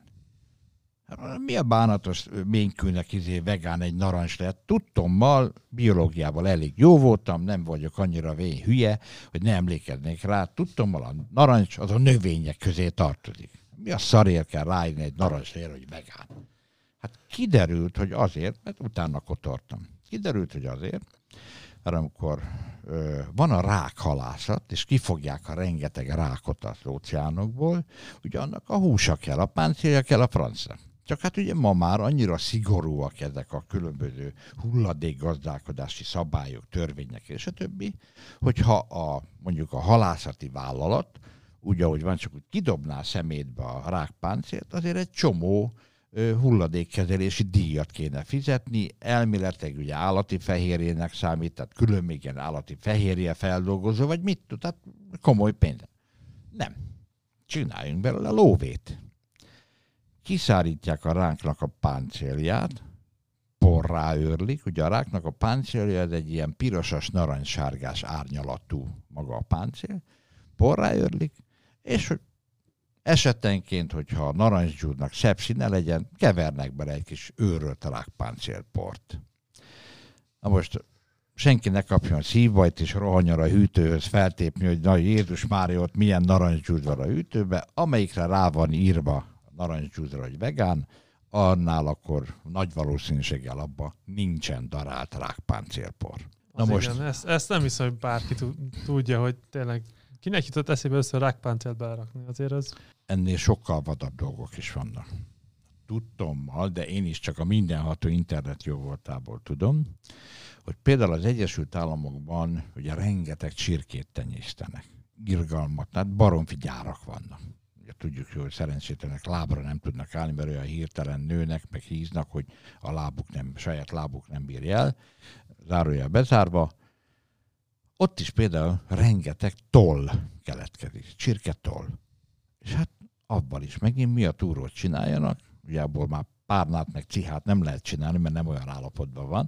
Mi a bánatos ménykülnek izé vegán egy narancslét? Tudtommal, biológiával elég jó voltam, nem vagyok annyira vén hülye, hogy ne emlékeznék rá. Tudtommal a narancs az a növények közé tartozik. Mi a szarért kell ráírni egy narancslére, hogy vegán? Hát kiderült, hogy azért, mert utána kotortam. Kiderült, hogy azért, mert amikor ö, van a rákhalászat, és kifogják a rengeteg rákot az óceánokból, ugye annak a húsa kell, a páncélja kell, a francia. Csak hát ugye ma már annyira szigorúak ezek a különböző hulladékgazdálkodási szabályok, törvények és a többi, hogyha a, mondjuk a halászati vállalat, úgy, ahogy van, csak úgy kidobná a szemétbe a rákpáncélt, azért egy csomó ö, hulladékkezelési díjat kéne fizetni. Elméletileg ugye állati fehérjének számít, tehát külön még ilyen állati fehérje feldolgozó, vagy mit tud, tehát komoly pénz. Nem. Csináljunk belőle lóvét. Kiszárítják a ráknak a páncélját, porrá őrlik. Ugye a ráknak a páncélja ez egy ilyen pirosas, narancssárgás árnyalatú maga a páncél. Porrá őrlik, és hogy esetenként, hogyha a narancsgyúrnak szebb színe legyen, kevernek bele egy kis őrölt rákpáncélport. Na most senki ne kapjon szívbajt és rohanjon a hűtőhöz feltépni, hogy na Jézus Mária, ott milyen narancsgyúr van a hűtőbe, amelyikre rá van írva a narancsgyúrra, hogy vegán, annál akkor nagy valószínűséggel abban nincsen darált rákpáncélpor. Na most... Igen, ezt, ezt nem hiszem, hogy bárki tudja, hogy tényleg kinek jutott eszébe össze rákpáncélt belerakni? Azért az... Ennél sokkal vadabb dolgok is vannak. Tudtommal, de én is csak a mindenható internet jó voltából tudom, hogy például az Egyesült Államokban ugye rengeteg csirkét tenyésztenek. Irgalmat, tehát baromfi gyárak vannak. Ugye tudjuk, hogy szerencsétlenek lábra nem tudnak állni, mert olyan hirtelen nőnek, meg híznak, hogy a lábuk nem, saját lábuk nem bírja el. Zárójel bezárva. Ott is például rengeteg toll keletkezik, csirketoll. És hát abban is megint mi a túrót csináljanak, ugye abból már párnát meg cihát nem lehet csinálni, mert nem olyan állapotban van,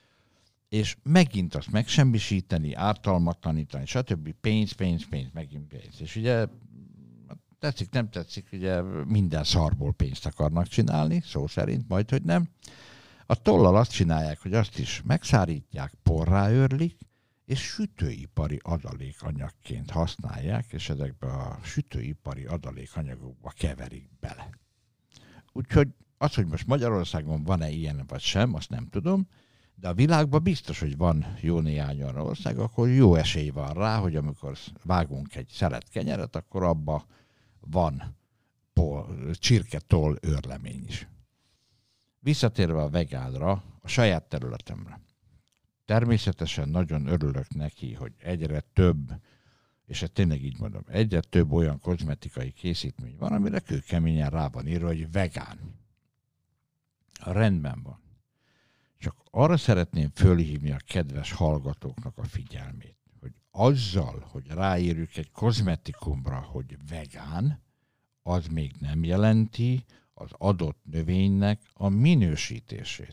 és megint azt megsemmisíteni, ártalmatlanítani, stb. Pénz, pénz, pénz, megint pénz. És ugye tetszik, nem tetszik, ugye minden szarból pénzt akarnak csinálni, szó szerint, majd, hogy nem. A tollal azt csinálják, hogy azt is megszárítják, porrá őrlik, és sütőipari adalékanyagként használják, és ezekbe a sütőipari adalékanyagokba keverik bele. Úgyhogy az, hogy most Magyarországon van-e ilyen vagy sem, azt nem tudom, de a világban biztos, hogy van jó néhány olyan ország, akkor jó esély van rá, hogy amikor vágunk egy szelet kenyeret, akkor abba van csirketoll őrlemény is. Visszatérve a vegánra, a saját területemre. Természetesen nagyon örülök neki, hogy egyre több, és hát tényleg így mondom, egyre több olyan kozmetikai készítmény van, amire kőkeményen rá van írva, hogy vegán. Rendben van. Csak arra szeretném fölhívni a kedves hallgatóknak a figyelmét, hogy azzal, hogy ráírjuk egy kozmetikumra, hogy vegán, az még nem jelenti az adott növénynek a minősítését.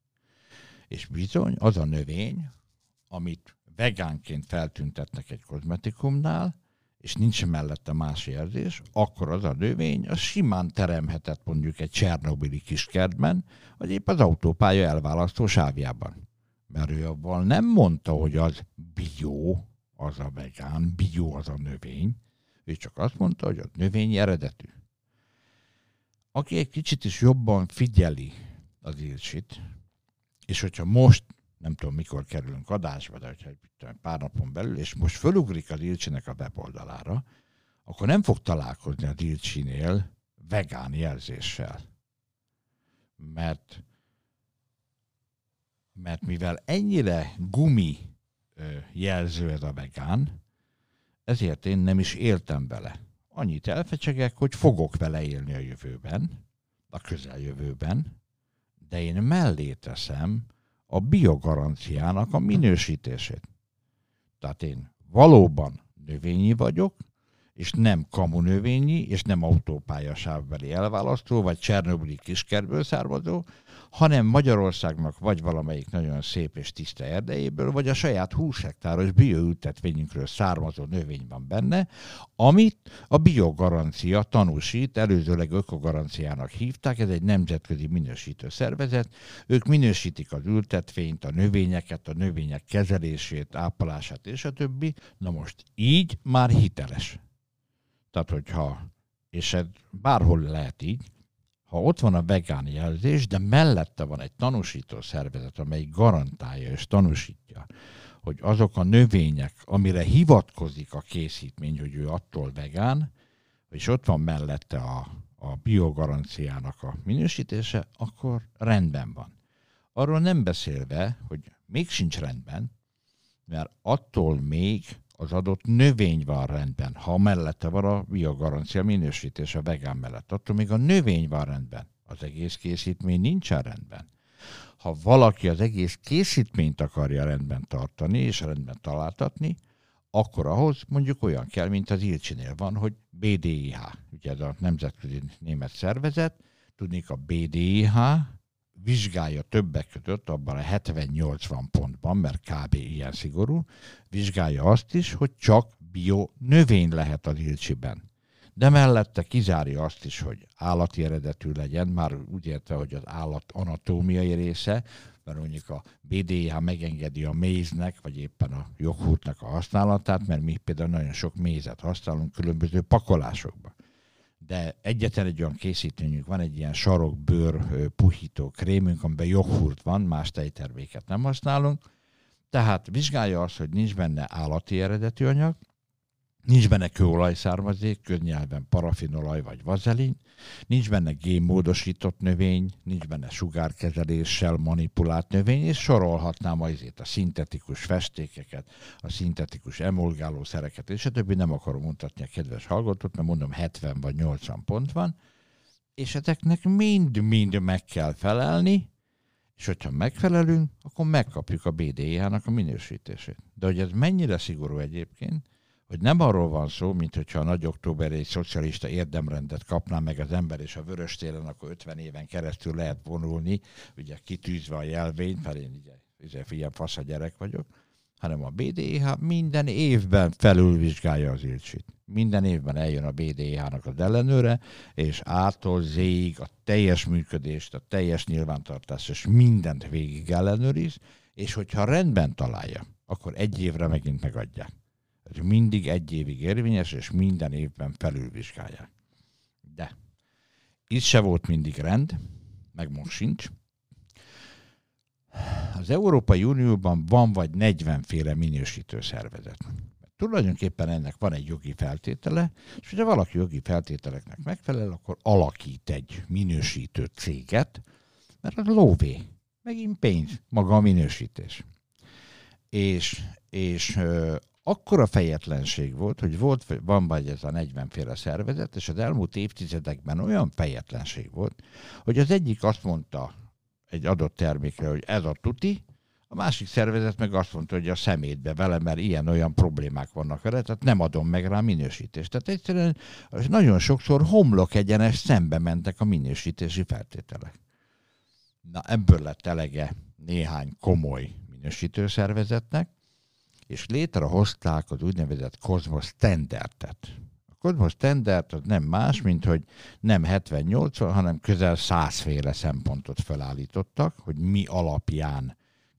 És bizony az a növény, amit vegánként feltüntetnek egy kozmetikumnál, és nincs mellette más jelzés, akkor az a növény az simán teremhetett mondjuk egy csernobili kiskertben, vagy épp az autópálya elválasztó sávjában. Mert ő abban nem mondta, hogy az bio, az a vegán, bio az a növény. Ő csak azt mondta, hogy a növényi eredetű. Aki egy kicsit is jobban figyeli az Ilcsit, és hogyha most, nem tudom mikor kerülünk adásba, de hogyha pár napon belül, és most fölugrik az Ilcsinek a weboldalára, akkor nem fog találkozni az Ilcsinél vegán jelzéssel. Mert, mert mivel ennyire gumi jelző ez a vegán, ezért én nem is éltem vele. Annyit elfecsegek, hogy fogok vele élni a jövőben, a közeljövőben, de én mellé teszem a biogaranciának a minősítését. Tehát én valóban növényi vagyok, és nem kamunövényi, és nem autópályasávbeli elválasztó, vagy Csernobili kiskertből származó, hanem Magyarországnak vagy valamelyik nagyon szép és tiszta erdejéből, vagy a saját húsz hektáros bioültetvényünkről származó növény van benne, amit a biogarancia tanúsít, előzőleg ökogaranciának hívták, ez egy nemzetközi minősítő szervezet, ők minősítik az ültetvényt, a növényeket, a növények kezelését, ápolását és a többi. Na most így már hiteles. Tehát, hogyha, és ez bárhol lehet így, ha ott van a vegán jelzés, de mellette van egy tanúsító szervezet, amelyik garantálja és tanúsítja, hogy azok a növények, amire hivatkozik a készítmény, hogy ő attól vegán, és ott van mellette a, a biogaranciának a minősítése, akkor rendben van. Arról nem beszélve, hogy még sincs rendben, mert attól még az adott növény van rendben, ha mellette van a biogarancia minősítés a vegán mellett, attól még a növény van rendben. Az egész készítmény nincsen rendben. Ha valaki az egész készítményt akarja rendben tartani és rendben találtatni, akkor ahhoz mondjuk olyan kell, mint az Ilcsinél van, hogy bé dé i há, ugye ez a nemzetközi német szervezet, tudnék a bé dé i há vizsgálja többek között abban a hetven-nyolcvan pontban, mert kb. Ilyen szigorú, vizsgálja azt is, hogy csak bio növény lehet az Ilcsiben. De mellette kizárja azt is, hogy állati eredetű legyen, már úgy értve, hogy az állat anatómiai része, mert mondjuk a bé dé i há megengedi a méznek, vagy éppen a joghurtnak a használatát, mert mi például nagyon sok mézet használunk különböző pakolásokban. De egyetlen egy olyan készítményünk van, egy ilyen sarokbőr puhító krémünk, amiben joghurt van, más tejterméket nem használunk. Tehát vizsgálja azt, hogy nincs benne állati eredetű anyag, nincs benne kőolajszármazék, köznyelven parafinolaj vagy vazelin, nincs benne génmódosított növény, nincs benne sugárkezeléssel manipulált növény, és sorolhatnám azért a szintetikus festékeket, a szintetikus emulgálószereket, és a többi nem akarom mutatni a kedves hallgatót, mert mondom hetven vagy nyolcvan pont van, és ezeknek mind-mind meg kell felelni, és hogyha megfelelünk, akkor megkapjuk a bé dé i há-nak a minősítését. De hogy ez mennyire szigorú egyébként, hogy nem arról van szó, mint hogyha a nagy október egy szocialista érdemrendet kapná meg az ember, és a vörös télen akkor ötven éven keresztül lehet vonulni, ugye kitűzve a jelvényt, mert én ugye, ugye ilyen fasz a gyerek vagyok, hanem a bé dé i há minden évben felülvizsgálja az Ilcsit. Minden évben eljön a bé dé i há-nak az ellenőre, és A-tól Z-ig a teljes működést, a teljes nyilvántartást, és mindent végig ellenőriz, és hogyha rendben találja, akkor egy évre megint megadják. Ez mindig egy évig érvényes, és minden évben felülvizsgálják. De itt se volt mindig rend, meg most sincs. Az Európai Unióban van vagy negyvenféle minősítő szervezet. Tulajdonképpen ennek van egy jogi feltétele, és hogyha valaki jogi feltételeknek megfelel, akkor alakít egy minősítő céget, mert az lóvé, megint pénz, maga a minősítés. És, és akkora fejetlenség volt, hogy volt, van vagy ez a negyvenféle szervezet, és az elmúlt évtizedekben olyan fejetlenség volt, hogy az egyik azt mondta egy adott termékre, hogy ez a tuti, a másik szervezet meg azt mondta, hogy a szemétbe vele, mert ilyen-olyan problémák vannak vele, tehát nem adom meg rá minősítést. Tehát egyszerűen nagyon sokszor homlok egyenes szembe mentek a minősítési feltételek. Na ebből lett elege néhány komoly minősítőszervezetnek, és létrehozták az úgynevezett Cosmos Standardet. A Cosmos Standard az nem más, mint hogy nem hetven-nyolcvan, hanem közel százféle szempontot felállítottak, hogy mi alapján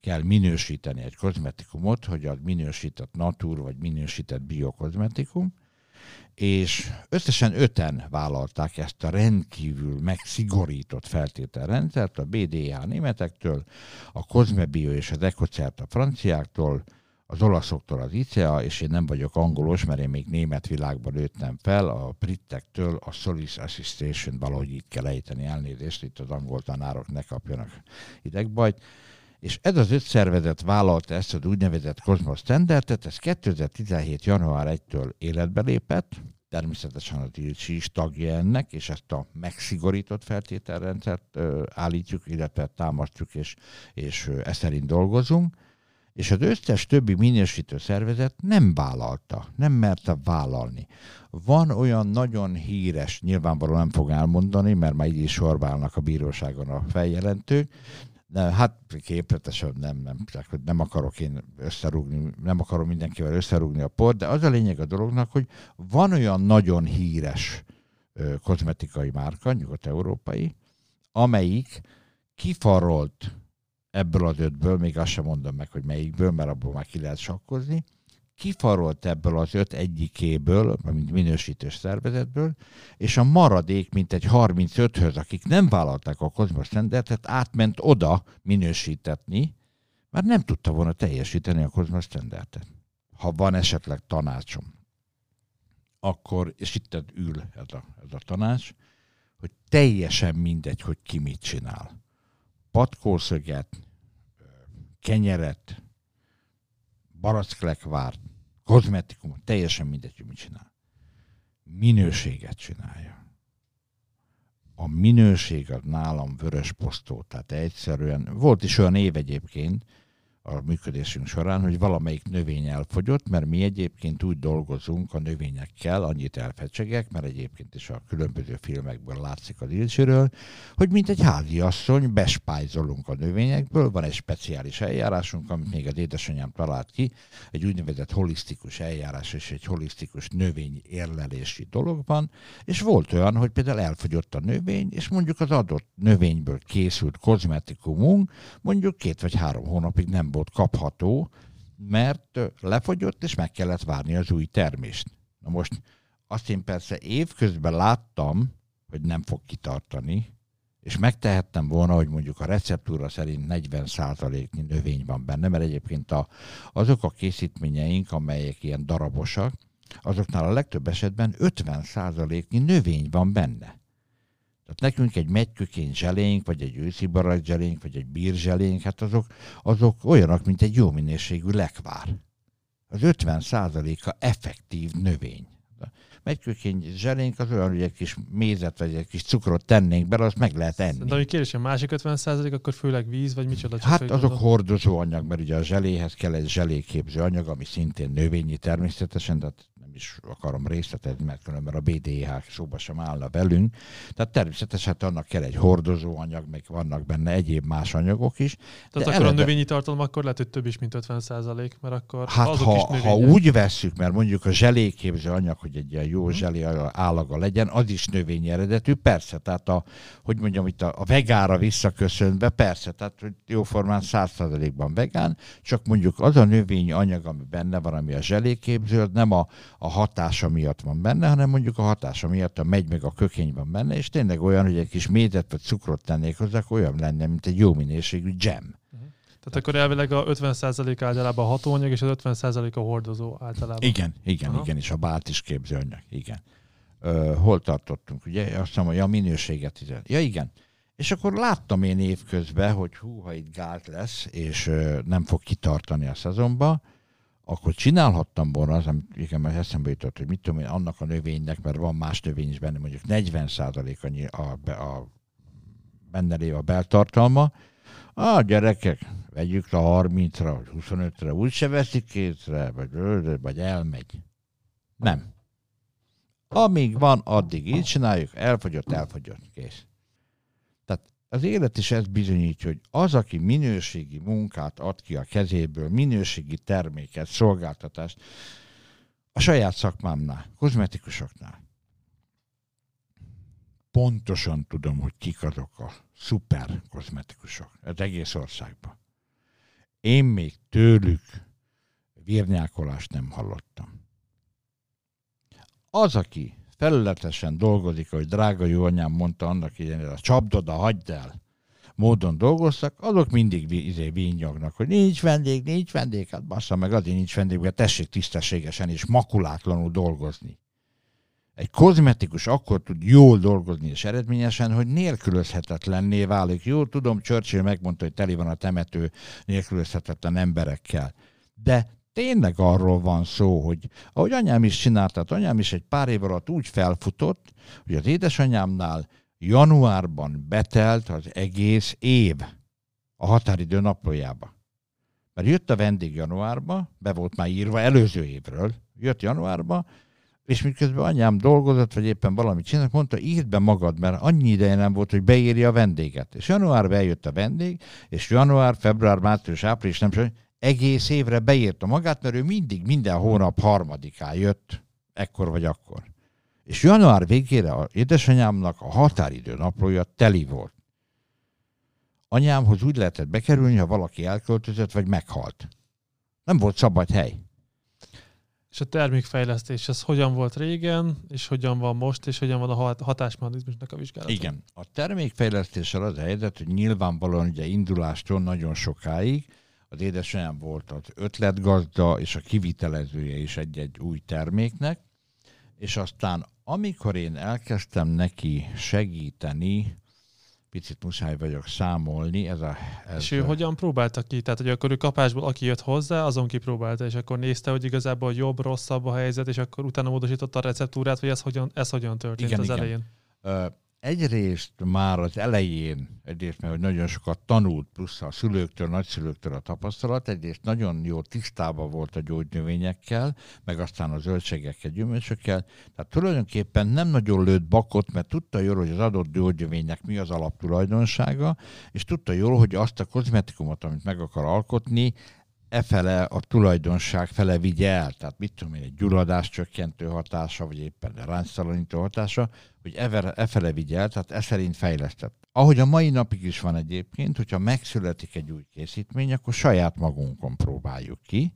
kell minősíteni egy kozmetikumot, hogy az minősített natur vagy minősített biokozmetikum, és összesen öten vállalták ezt a rendkívül megszigorított feltételrendszert, a bé dé há németektől, a Cosmebio és az Ecocert a franciáktól, az olaszoktól az i cé á, és én nem vagyok angolos, mert én még német világban nőttem fel, a britektől a Solis Assistation, valahogy így kell ejteni, elnézést, itt az angol tanárok ne kapjanak idegbajt. És ez az öt szervezet vállalta ezt az úgynevezett Cosmos Standardet, ez kétezer-tizenhét. január elsejétől életbe lépett, természetesen az i cé is tagja ennek, és ezt a megszigorított feltételrendszert ö, állítjuk, illetve támasztjuk, és, és ö, ezt szerint dolgozunk, és az összes többi minősítő szervezet nem vállalta, nem merte vállalni. Van olyan nagyon híres, nyilvánvalóan nem fog elmondani, mert már így is sorválnak a bíróságon a feljelentők, de hát képletesen nem, nem, nem akarok én összerúgni, nem akarom mindenkivel összerúgni a port, de az a lényeg a dolognak, hogy van olyan nagyon híres ö, kozmetikai márka, nyugat-európai, amelyik kifarolt ebből az ötből, még azt sem mondom meg, hogy melyikből, mert abból már ki lehet sakkozni, kifarolt ebből az öt egyikéből, mint minősítős szervezetből, és a maradék, mint egy harmincöthöz, akik nem vállalták a Cosmos Standardet, átment oda minősítetni, mert nem tudta volna teljesíteni a Cosmos Standardet. Ha van esetleg tanácsom, akkor, és itt ül ez a, ez a tanács, hogy teljesen mindegy, hogy ki mit csinál. Patkószöget, kenyeret, baracklekvárt, kozmetikumot, teljesen mindegy, hogy mit csinál. Minőséget csinálja. A minőség az nálam vörös posztó, tehát egyszerűen, volt is olyan év egyébként a működésünk során, hogy valamelyik növény elfogyott, mert mi egyébként úgy dolgozunk a növényekkel, annyit elfecsegek, mert egyébként is a különböző filmekből látszik az ilcséről, hogy mint egy háziasszony bespájzolunk a növényekből, van egy speciális eljárásunk, amit még az édesanyám talált ki, egy úgynevezett holisztikus eljárás és egy holisztikus növény érlelési dolog van, és volt olyan, hogy például elfogyott a növény, és mondjuk az adott növényből készült kozmetikumunk mondjuk két vagy három hónapig nem volt kapható, mert lefogyott, és meg kellett várni az új termést. Na most azt én persze évközben láttam, hogy nem fog kitartani, és megtehettem volna, hogy mondjuk a receptúra szerint negyven százaléknyi növény van benne, mert egyébként a, azok a készítményeink, amelyek ilyen darabosak, azoknál a legtöbb esetben ötven százaléknyi növény van benne. Tehát nekünk egy megykökény zselénk, vagy egy őszi barack zselénk, vagy egy bírzselénk, hát azok, azok olyanok, mint egy jó minőségű lekvár. Az ötven százaléka effektív növény. A megykökény zselénk az olyan, hogy egy kis mézet, vagy egy kis cukrot tennénk bele, azt meg lehet enni. De hogy kérdés, a másik ötven százalék, akkor főleg víz, vagy micsoda? Hát azok mondom. Hordozó anyag, mert ugye a zseléhez kell egy zseléképző anyag, ami szintén növényi természetesen, tehát nem is akarom részletezni, mert különben a bé dé há szóba sem állna velünk. Tehát természetesen annak kell egy hordozó anyag, meg vannak benne egyéb más anyagok is. Tehát akkor eleve... a növényi tartalom akkor lehet, hogy több is, mint ötven százalék, mert akkor hát azok ha, is növények. Ha úgy vesszük, mert mondjuk a zseléképző anyag, hogy egy ilyen jó zselé állaga legyen, az is növényi eredetű, persze, tehát a, hogy mondjam, itt a, a vegára visszaköszönve, persze, tehát hogy jóformán száz százalékban vegán, csak mondjuk az a növényi anyag, ami benne van, ami a zseléképző, az nem a, a hatása miatt van benne, hanem mondjuk a hatása miatt a megy meg a kökény van benne, és tényleg olyan, hogy egy kis mézet vagy cukrot tennék hozzá, olyan lenne, mint egy jó minőségű dzsem. Uh-huh. Tehát akkor elvileg a ötven százalék általában a hatóanyag, és az ötven százalék a hordozó általában. Igen, igen, Aha. igen, és a bált is képzőanyag, igen. Ö, hol tartottunk, ugye? Azt mondom, hogy a minőséget is. Ja, igen. És akkor láttam én évközben, hogy hú, ha itt gált lesz, és ö, nem fog kitartani a szezonba, akkor csinálhattam volna az, amit igen, mert eszembe jutott, hogy mit tudom én, annak a növénynek, mert van más növény is benne, mondjuk negyven százalék annyi a, a, a benne lévő a beltartalma. A gyerekek, vegyük a harmincra, vagy huszonötre, úgyse veszik kézre, vagy, vagy elmegy. Nem. Amíg van, addig így csináljuk, elfogyott, elfogyott, kész. Tehát az élet is ezt bizonyítja, hogy az, aki minőségi munkát ad ki a kezéből, minőségi terméket, szolgáltatást, a saját szakmámnál, kozmetikusoknál, pontosan tudom, hogy kik azok a szuper kozmetikusok az egész országban. Én még tőlük virnyákolást nem hallottam. Az, aki felületesen dolgozik, ahogy drága jó anyám mondta annak idején, a csapdoda, hagyd el, módon dolgoztak, azok mindig izé vinnyognak, hogy nincs vendég, nincs vendég, hát bassza meg azért nincs vendég, mert tessék tisztességesen és makulátlanul dolgozni. Egy kozmetikus akkor tud jól dolgozni és eredményesen, hogy nélkülözhetetlenné válik. Jó, tudom, Churchill megmondta, hogy teli van a temető nélkülözhetetlen emberekkel. De tényleg arról van szó, hogy ahogy anyám is csinálta, anyám is egy pár év alatt úgy felfutott, hogy az édesanyámnál januárban betelt az egész év a határidő naplójába. Mert jött a vendég januárba, be volt már írva előző évről, jött januárba, és miközben anyám dolgozott, vagy éppen valamit csinált, mondta, írd be magad, mert annyi ideje nem volt, hogy beírja a vendéget. És januárban eljött a vendég, és január, február, március, április, nem tudom, egész évre beírta magát, mert ő mindig minden hónap harmadikán jött, ekkor vagy akkor. És január végére az édesanyámnak a határidő naplója teli volt. Anyámhoz úgy lehetett bekerülni, ha valaki elköltözött, vagy meghalt. Nem volt szabad hely. És a termékfejlesztés, ez hogyan volt régen, és hogyan van most, és hogyan van a hatásmechanizmusnak a vizsgálata? Igen. A termékfejlesztéssel az a helyzet, hogy nyilvánvalóan ugye indulástól nagyon sokáig az édesanyám volt az ötletgazda és a kivitelezője is egy-egy új terméknek, és aztán amikor én elkezdtem neki segíteni, picit muszáj vagyok számolni. Ez a, ez és ő a... hogyan próbálta ki? Tehát, hogy akkor ő kapásból, aki jött hozzá, azon kipróbálta, és akkor nézte, hogy igazából jobb, rosszabb a helyzet, és akkor utána módosította a receptúrát, vagy ez hogyan, ez hogyan történt igen, az igen. elején? Uh, egyrészt már az elején, egyrészt mert hogy nagyon sokat tanult, plusz a szülőktől, nagyszülőktől a tapasztalat, egyrészt nagyon jó tisztában volt a gyógynövényekkel, meg aztán a zöldségekkel, gyümölcsökkel, tehát tulajdonképpen nem nagyon lőtt bakot, mert tudta jól, hogy az adott gyógynövénynek mi az alaptulajdonsága, és tudta jól, hogy azt a kozmetikumot, amit meg akar alkotni, efele a tulajdonság fele vigye el. Tehát mit tudom én, egy gyulladás csökkentő hatása, vagy éppen a ránctalanító hatása, hogy efele vigye el, tehát e szerint fejlesztett. Ahogy a mai napig is van egyébként, hogyha megszületik egy új készítmény, akkor saját magunkon próbáljuk ki.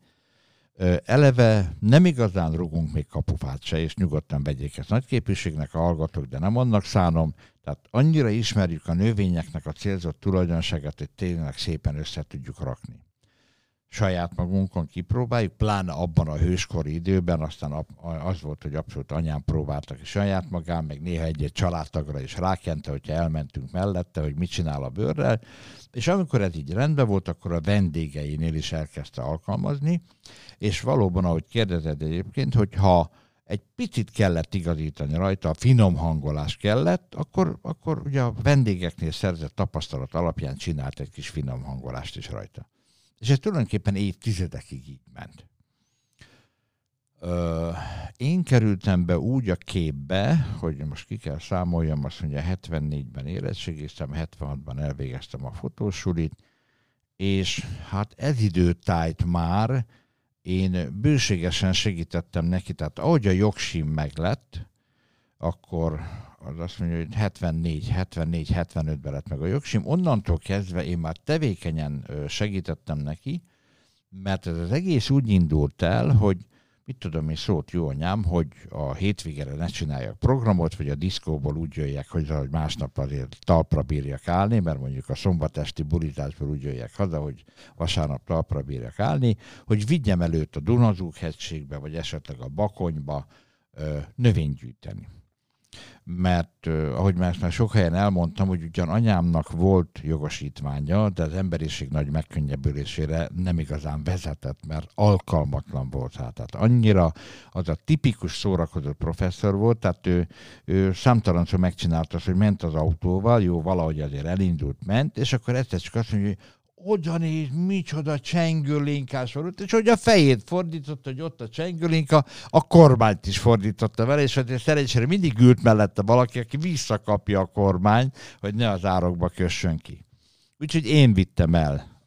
Eleve nem igazán rugunk még kapufát se, és nyugodtan vegyék ezt nagyképűségnek a hallgatók, de nem annak szánom. Tehát annyira ismerjük a növényeknek a célzott tulajdonságát, hogy tényleg szépen össze tudjuk rakni. Saját magunkon kipróbáljuk, pláne abban a hőskori időben, aztán az volt, hogy abszolút anyám próbáltak is saját magán, meg néha egy-egy családtagra is rákente, hogyha elmentünk mellette, hogy mit csinál a bőrrel, és amikor ez így rendben volt, akkor a vendégeinél is elkezdte alkalmazni, és valóban, ahogy kérdezed egyébként, hogyha egy picit kellett igazítani rajta, a finom hangolás kellett, akkor, akkor ugye a vendégeknél szerzett tapasztalat alapján csinált egy kis finom hangolást is rajta. És ez tulajdonképpen évtizedekig így ment. Ö, én kerültem be úgy a képbe, hogy most ki kell számoljam, azt mondja, hetvennégyben érettségiztem, hetvenhatban elvégeztem a fotósulit, és hát ez időtájt már én bőségesen segítettem neki, tehát ahogy a jogsim meglett, akkor az azt mondja, hogy hetvennégy, hetvennégy, hetvenötben lett meg a jogsim. Onnantól kezdve én már tevékenyen segítettem neki, mert ez az egész úgy indult el, hogy mit tudom én, szólt jó anyám, hogy a hétvégére ne csináljak programot, vagy a diszkóból úgy jöjjek, hogy másnap azért talpra bírjak állni, mert mondjuk a szombatesti bulizásból úgy jöjjek haza, hogy vasárnap talpra bírjak állni, hogy vigyem előtt a Dunazúg-hegységbe, vagy esetleg a Bakonyba növényt gyűjteni. Mert, ahogy már, már sok helyen elmondtam, hogy ugyan anyámnak volt jogosítványa, de az emberiség nagy megkönnyebbülésére nem igazán vezetett, mert alkalmatlan volt. Tehát annyira az a tipikus szórakozott professzor volt, tehát ő, ő számtalanszor megcsinálta azt, hogy ment az autóval, jó, valahogy azért elindult, ment, és akkor egyszer csak azt mondja, hogy oda néz, micsoda csengőlinkás volt, és hogy a fejét fordította, hogy ott a csengőlinka, a kormányt is fordította vele, és azért szerencsére mindig ült mellette valaki, aki visszakapja a kormányt, hogy ne az árokba kössön ki. Úgyhogy én vittem el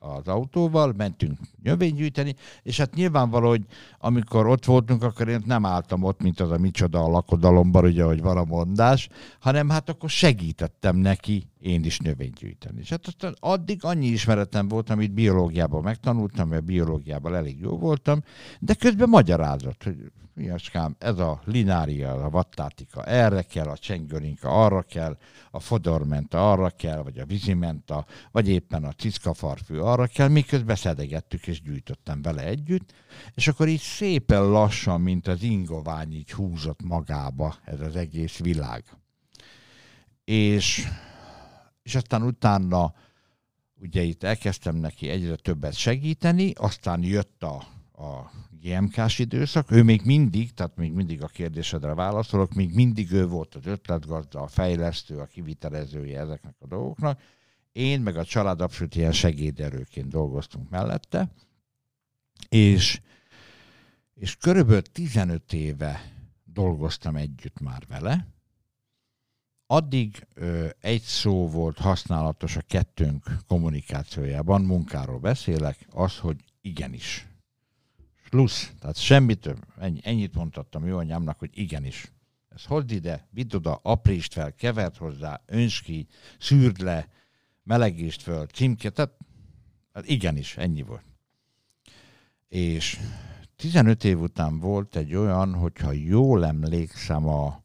az autóval, mentünk növénygyűjteni, és hát nyilvánvaló, hogy amikor ott voltunk, akkor én nem álltam ott, mint az a micsoda a lakodalomban, ugye, hogy van a mondás, hanem hát akkor segítettem neki én is növénygyűjteni. És hát aztán addig annyi ismeretem volt, amit biológiában megtanultam, mert biológiában elég jó voltam, de közben magyarázott, hogy miaskám, ez a linária, a vattátika erre kell, a csengőrinka arra kell, a fodormenta arra kell, vagy a vízimenta, vagy éppen a ciszkafarfű arra kell, miközben szedegettük és gyűjtöttem vele együtt, és akkor így szépen lassan, mint az ingovány így húzott magába ez az egész világ. És, és aztán utána ugye itt elkezdtem neki egyre többet segíteni, aztán jött a, a gé em ká-s időszak, ő még mindig, tehát még mindig a kérdésedre válaszolok, még mindig ő volt az ötletgazda, a fejlesztő, a kivitelezője ezeknek a dolgoknak. Én meg a család abszolút ilyen segéderőként dolgoztunk mellette, és, és körülbelül tizenöt éve dolgoztam együtt már vele. Addig ö, egy szó volt használatos a kettőnk kommunikációjában, munkáról beszélek, az, hogy igenis. Plusz, tehát semmi több. Ennyi, ennyit mondhattam jó anyámnak, hogy igenis. Ezt hozd ide, vidd oda, aprítsd fel, keverd hozzá, önts ki, szűrd le, melegítsd föl, címke, tehát hát igenis, ennyi volt. És tizenöt év után volt egy olyan, hogyha jól emlékszem, a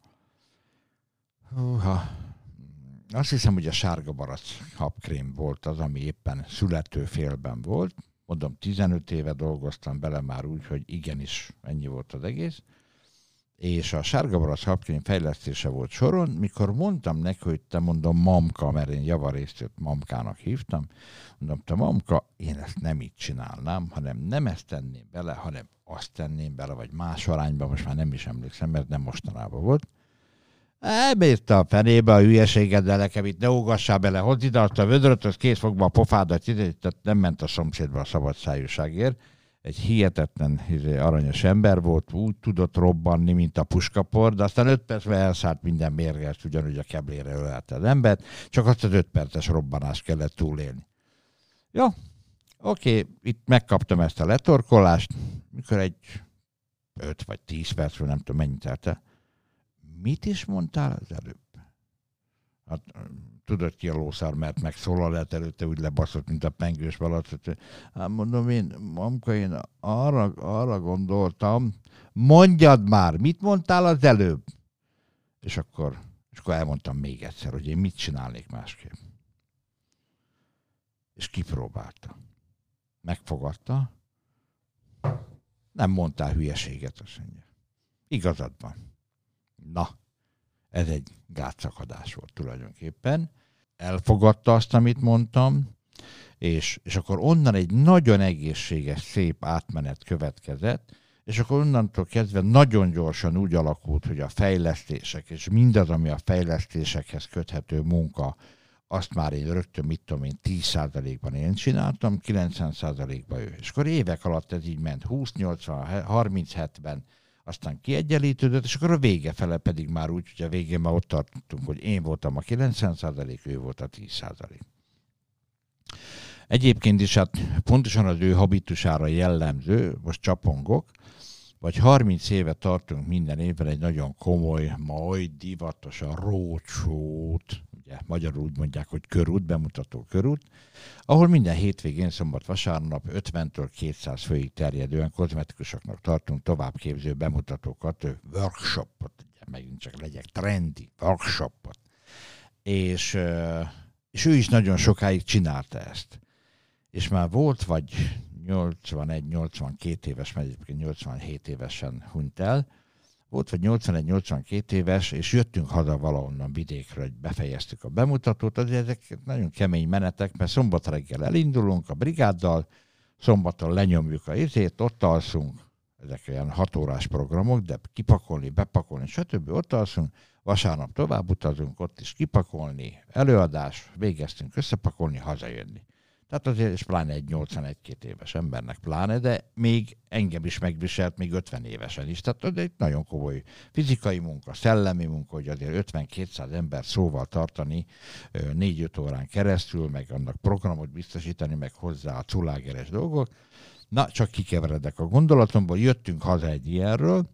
húha, azt hiszem, hogy a sárga barack habkrém volt az, ami éppen születőfélben volt. Mondom, tizenöt éve dolgoztam bele már úgy, hogy igenis ennyi volt az egész. És a sárga barack habkrém fejlesztése volt soron, mikor mondtam neki, hogy te mondom mamka, mert én javarészt mamkának hívtam, mondom, te mamka, én ezt nem így csinálnám, hanem nem ezt tenném bele, hanem azt tenném bele, vagy más arányban, most már nem is emlékszem, mert nem mostanában volt. Elbírta a fenébe a hülyeségeddel, nekem itt ne ugassál bele, hozd ide azt a vödröt, az kész fogva a pofádat, tehát nem ment a szomszédba a szabadszájúságért. Egy hihetetlen aranyos ember volt, úgy tudott robbanni, mint a puskapor, de aztán öt percben elszállt minden mérgest, ugyanúgy a keblére ölelte az embert, csak azt az öt perces robbanást kellett túlélni. Jó, oké, itt megkaptam ezt a letorkolást, mikor egy öt vagy tíz percről, nem tudom mennyit telt. Mit is mondtál az előbb? Hát, tudod ki a lószár, mert megszólalát előtte úgy lebaszott, mint a pengős valatt. Hát mondom én, mamka, én arra, arra gondoltam, mondjad már, mit mondtál az előbb? És akkor, és akkor elmondtam még egyszer, hogy én mit csinálnék másképp. És kipróbálta. Megfogadta. Nem mondtál hülyeséget, azt mondja. Igazad van. Na, ez egy gátszakadás volt tulajdonképpen. Elfogadta azt, amit mondtam, és, és akkor onnan egy nagyon egészséges, szép átmenet következett, és akkor onnantól kezdve nagyon gyorsan úgy alakult, hogy a fejlesztések, és mindaz, ami a fejlesztésekhez köthető munka, azt már én rögtön, mit tudom én, tíz százalékban én csináltam, kilencven százalékban ő. És akkor évek alatt ez így ment, húsz nyolcvan, harminc hetven, aztán kiegyenlítődött, és akkor a vége fele pedig már úgy, hogy a végén már ott tartottunk, hogy én voltam a kilencven százalék, ő volt a tíz százalék. Egyébként is hát pontosan az ő habitusára jellemző, most csapongok, vagy harminc éve tartunk minden évben egy nagyon komoly, majd divatos a roadshow-t, ugye magyarul úgy mondják, hogy körút, bemutató körút, ahol minden hétvégén, szombat, vasárnap ötventől kétszáz főig terjedően kozmetikusoknak tartunk továbbképző bemutatókat, workshopot, ugye megint csak legyek trendi, workshopot. És, és ő is nagyon sokáig csinálta ezt. És már volt vagy nyolcvanegy nyolcvankét éves, mert egyébként nyolcvanhét évesen hunyt el, volt vagy nyolcvanegy nyolcvankét éves, és jöttünk haza valahonnan vidékről, hogy befejeztük a bemutatót, azért ezek nagyon kemény menetek, mert szombat reggel elindulunk a brigáddal, szombaton lenyomjuk a izét, ott alszunk, ezek olyan hat órás programok, de kipakolni, bepakolni, stb. Ott alszunk, vasárnap tovább utazunk, ott is kipakolni, előadás, végeztünk összepakolni, hazajönni. Tehát azért, és pláne egy nyolcvanegy-két éves embernek pláne, de még engem is megviselt, még ötven évesen is. Tehát egy nagyon komoly fizikai munka, szellemi munka, hogy azért ötven-kétszáz ember szóval tartani négy-öt órán keresztül, meg annak programot biztosítani, meg hozzá a culágeres dolgok. Na, csak kikeveredek a gondolatomból, jöttünk haza egy ilyenről,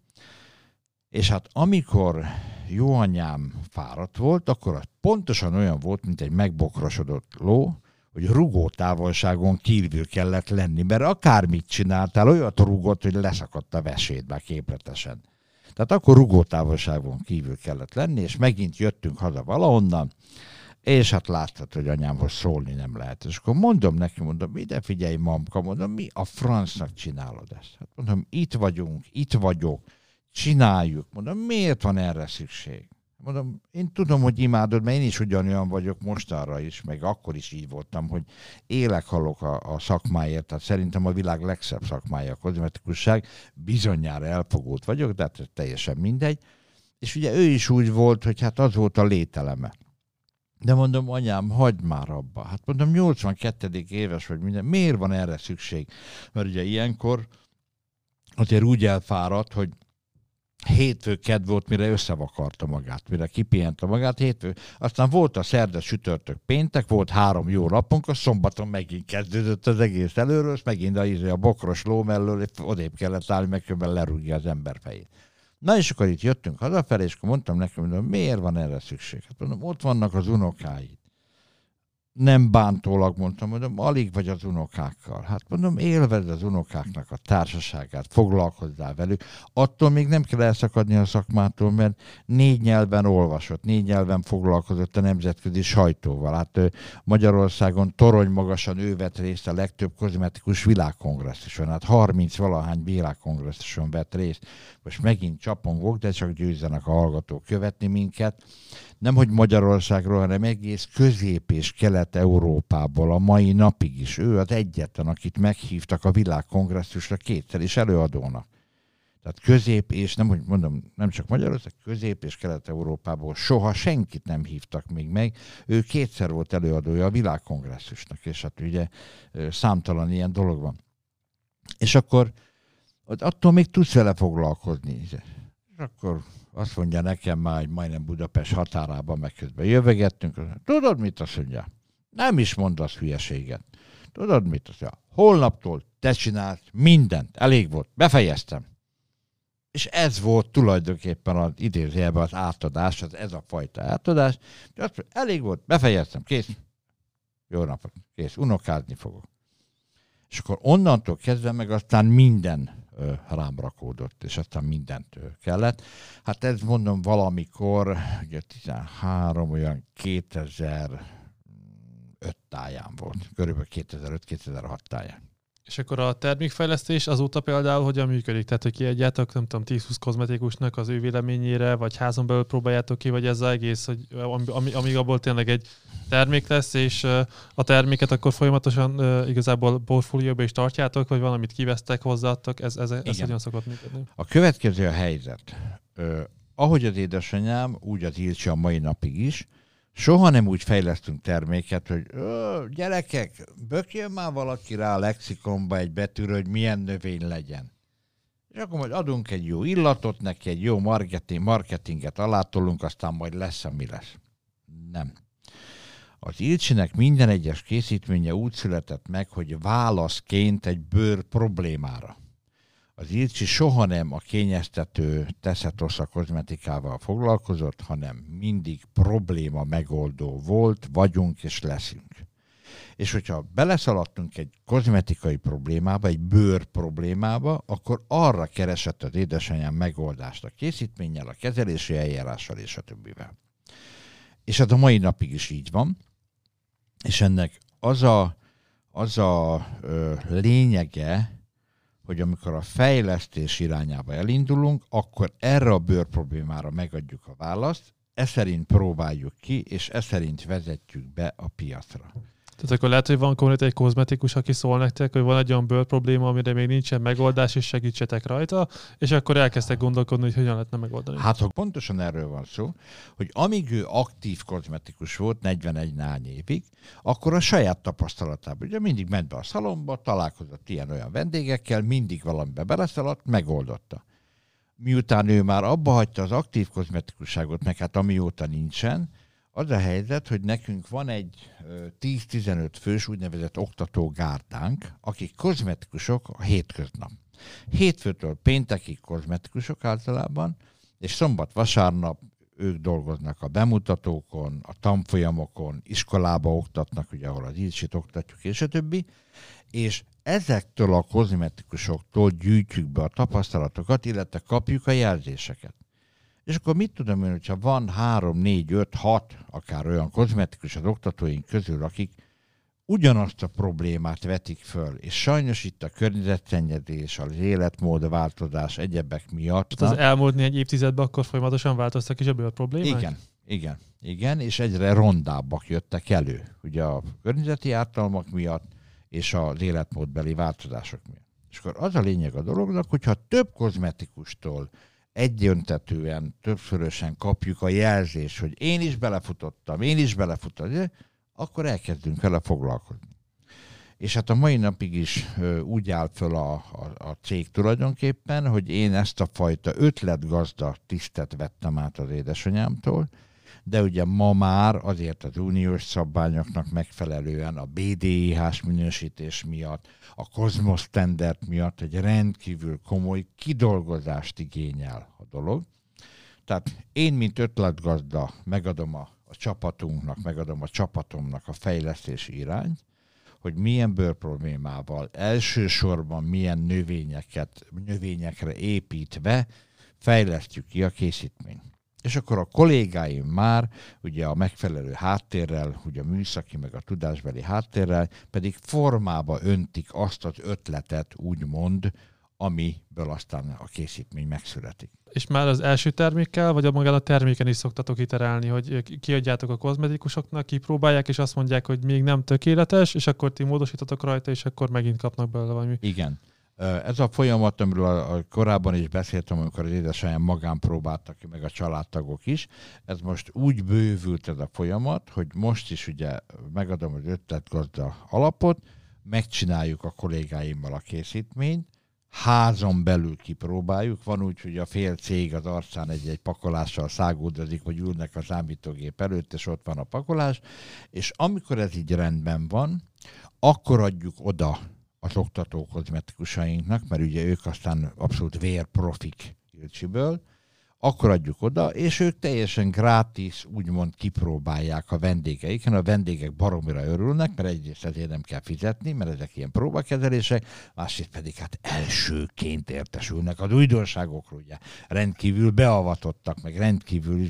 és hát amikor jó anyám fáradt volt, akkor az pontosan olyan volt, mint egy megbokrosodott ló, hogy rugó távolságon kívül kellett lenni, mert akármit csináltál, olyat rugott, hogy leszakadt a veséd már képletesen. Tehát akkor rugó távolságon kívül kellett lenni, és megint jöttünk haza valahonnan, és hát láttad, hogy anyámhoz szólni nem lehet. És akkor mondom neki, mondom, ide figyelj, mamka, mondom, mi a francnak csinálod ezt? Hát mondom, itt vagyunk, itt vagyok, csináljuk. Mondom, miért van erre szükség? Mondom, én tudom, hogy imádod, mert én is ugyanolyan vagyok mostanra is, meg akkor is így voltam, hogy élek, halok a, a szakmáért, tehát szerintem a világ legszebb szakmája a kozmetikusság, bizonyára elfogult vagyok, de hát teljesen mindegy. És ugye ő is úgy volt, hogy hát az volt a lételeme. De mondom, anyám, hagyd már abba. Hát mondom, nyolcvankettedik éves vagy minden, miért van erre szükség? Mert ugye ilyenkor azért úgy elfáradt, hogy hétfő kedd volt, mire összevakarta magát, mire kipihente magát, hétfő. Aztán volt a szerda, sütörtök, péntek, volt három jó napunk, a szombaton megint kezdődött az egész előről, és megint a, a bokros ló mellől odébb kellett állni, meg különben lerúgja az ember fejét. Na és akkor itt jöttünk hazafelé, és akkor mondtam neki, mondom, miért van erre szükség? Hát mondom, ott vannak az unokáid. Nem bántólag mondtam, mondom, alig vagy az unokákkal. Hát mondom, élvezd az unokáknak a társaságát, foglalkozzál velük. Attól még nem kell elszakadni a szakmától, mert négy nyelven olvasott, négy nyelven foglalkozott a nemzetközi sajtóval. Hát Magyarországon torony magasan ő vett részt a legtöbb kozmetikus világkongresszuson. Hát harminc valahány világkongresszuson vett részt. Most megint csapongok, de csak győzzenek a hallgatók követni minket. Nemhogy Magyarországról, hanem egész Közép- és Kelet-Európából a mai napig is. Ő az egyetlen, akit meghívtak a világkongresszusra kétszer is előadónak. Tehát Közép- és nem, hogy mondom, nem csak Magyarország, Közép- és Kelet-Európából soha senkit nem hívtak még meg. Ő kétszer volt előadója a világkongresszusnak, és hát ugye számtalan ilyen dolog van. És akkor attól még tudsz vele foglalkozni. És akkor azt mondja nekem már, hogy majdnem Budapest határában, meg közben jövögettünk. Tudod, mit azt mondja? Nem is mondasz hülyeséget. Tudod, mit azt mondja? Holnaptól te csinálsz mindent. Elég volt. Befejeztem. És ez volt tulajdonképpen az idézőjelben az átadás, az ez a fajta átadás. Azt mondja, elég volt. Befejeztem. Kész. Jó napot. Kész. Unokázni fogok. És akkor onnantól kezdve meg aztán minden rám rakódott, és aztán mindent kellett. Hát ez mondom valamikor, ugye tizenhárom, olyan kétezer-öt táján volt. Körülbelül kétezer-öt-kétezer-hat táján. És akkor a termékfejlesztés azóta például hogyan működik? Tehát, hogy kiadjátok, nem tudom, tíz-húsz kozmetikusnak az ő véleményére, vagy házon belül próbáljátok ki, vagy ez az egész, hogy ami, amíg abból tényleg egy termék lesz, és a terméket akkor folyamatosan igazából portfólióba is tartjátok, vagy valamit kivesztek, hozzáadtok, ez, ez, ez hogyan szokott működni? A következő a helyzet. Ö, ahogy az édesanyám, úgy az Ilcsi a mai napig is, soha nem úgy fejlesztünk terméket, hogy gyerekek, bökjön már valaki rá a lexikonba egy betűről, hogy milyen növény legyen. És akkor majd adunk egy jó illatot neki, egy jó marketing, marketinget alátolunk, aztán majd lesz, ami lesz. Nem. Az Ilcsinek minden egyes készítménye úgy született meg, hogy válaszként egy bőr problémára. Az Ilcsi soha nem a kényeztető teszetosza kozmetikával foglalkozott, hanem mindig probléma megoldó volt, vagyunk és leszünk. És hogyha beleszaladtunk egy kozmetikai problémába, egy bőr problémába, akkor arra keresett az édesanyám megoldást a készítménnyel, a kezelési eljárással és a többivel. És ez a mai napig is így van, és ennek az a, az a ö, lényege, hogy amikor a fejlesztés irányába elindulunk, akkor erre a bőr problémára megadjuk a választ, e szerint próbáljuk ki, és e szerint vezetjük be a piacra. Tehát akkor lehet, hogy van konkrétan egy kozmetikus, aki szól nektek, hogy van egy olyan bőr probléma, amire még nincsen megoldás, és segítsetek rajta, és akkor elkezdtek gondolkodni, hogy hogyan lehetne megoldani. Hát, ha pontosan erről van szó, hogy amíg ő aktív kozmetikus volt, negyvenegy nány évig, akkor a saját tapasztalatában, ugye mindig ment be a szalomba, találkozott ilyen-olyan vendégekkel, mindig valamibe beleszaladt, megoldotta. Miután ő már abba hagyta az aktív kozmetikusságot, meg hát amióta nincsen, az a helyzet, hogy nekünk van egy tíz-tizenöt fős úgynevezett oktatógárdánk, akik kozmetikusok a hétköznap. Hétfőtől péntekig kozmetikusok általában, és szombat-vasárnap ők dolgoznak a bemutatókon, a tanfolyamokon, iskolába oktatnak, ugye, ahol az ízsit oktatjuk, és a többi, és ezektől a kozmetikusoktól gyűjtjük be a tapasztalatokat, illetve kapjuk a jelzéseket. És akkor mit tudom én, hogyha van három, négy, öt, hat, akár olyan kozmetikus az oktatóink közül, akik ugyanazt a problémát vetik föl, és sajnos itt a környezetszennyezés, az életmódváltozás, egyebek miatt. Az elmúlt négy évtizedben akkor folyamatosan változtak is ebből a problémák? Igen, igen, igen, és egyre rondábbak jöttek elő, ugye a környezeti ártalmak miatt, és az életmódbeli változások miatt. És akkor az a lényeg a dolognak, hogyha több kozmetikustól egyöntetően, többszörösen kapjuk a jelzést, hogy én is belefutottam, én is belefutottam, akkor elkezdünk vele foglalkozni. És hát a mai napig is ö, úgy áll föl a, a, a cég tulajdonképpen, hogy én ezt a fajta ötletgazda tisztet vettem át az édesanyámtól, de ugye ma már azért az uniós szabványoknak megfelelően a bé dé i hás minősítés miatt, a Cosmos Standard miatt egy rendkívül komoly kidolgozást igényel a dolog. Tehát én, mint ötletgazda, megadom a, a csapatunknak, megadom a csapatomnak a fejlesztési irányt, hogy milyen bőrproblémával, elsősorban milyen növényeket, növényekre építve fejlesztjük ki a készítményt. És akkor a kollégáim már ugye a megfelelő háttérrel, ugye a műszaki meg a tudásbeli háttérrel pedig formába öntik azt az ötletet, úgymond, amiből aztán a készítmény megszületik. És már az első termékkel, vagy a magán a terméken is szoktatok iterálni, hogy kiadjátok a kozmetikusoknak, kipróbálják, és azt mondják, hogy még nem tökéletes, és akkor ti módosítotok rajta, és akkor megint kapnak belőle valami. Igen. Ez a folyamat, amiről a, a korábban is beszéltem, amikor az édesanyám magán próbáltak ki, meg a családtagok is, ez most úgy bővült ez a folyamat, hogy most is ugye megadom az ötletgazda alapot, megcsináljuk a kollégáimmal a készítményt, házon belül kipróbáljuk, van úgy, hogy a fél cég az arcán egy-egy pakolással száguldozik, hogy ülnek a számítógép előtt, és ott van a pakolás, és amikor ez így rendben van, akkor adjuk oda az oktató kozmetikusainknak, mert ugye ők aztán abszolút vérprofik Ilcsiből, akkor adjuk oda, és ők teljesen gratis, úgymond kipróbálják a vendégeiken. A vendégek baromira örülnek, mert egyrészt ezért nem kell fizetni, mert ezek ilyen próbakezelések, másrészt pedig hát elsőként értesülnek az újdonságokról, ugye rendkívül beavatottak, meg rendkívül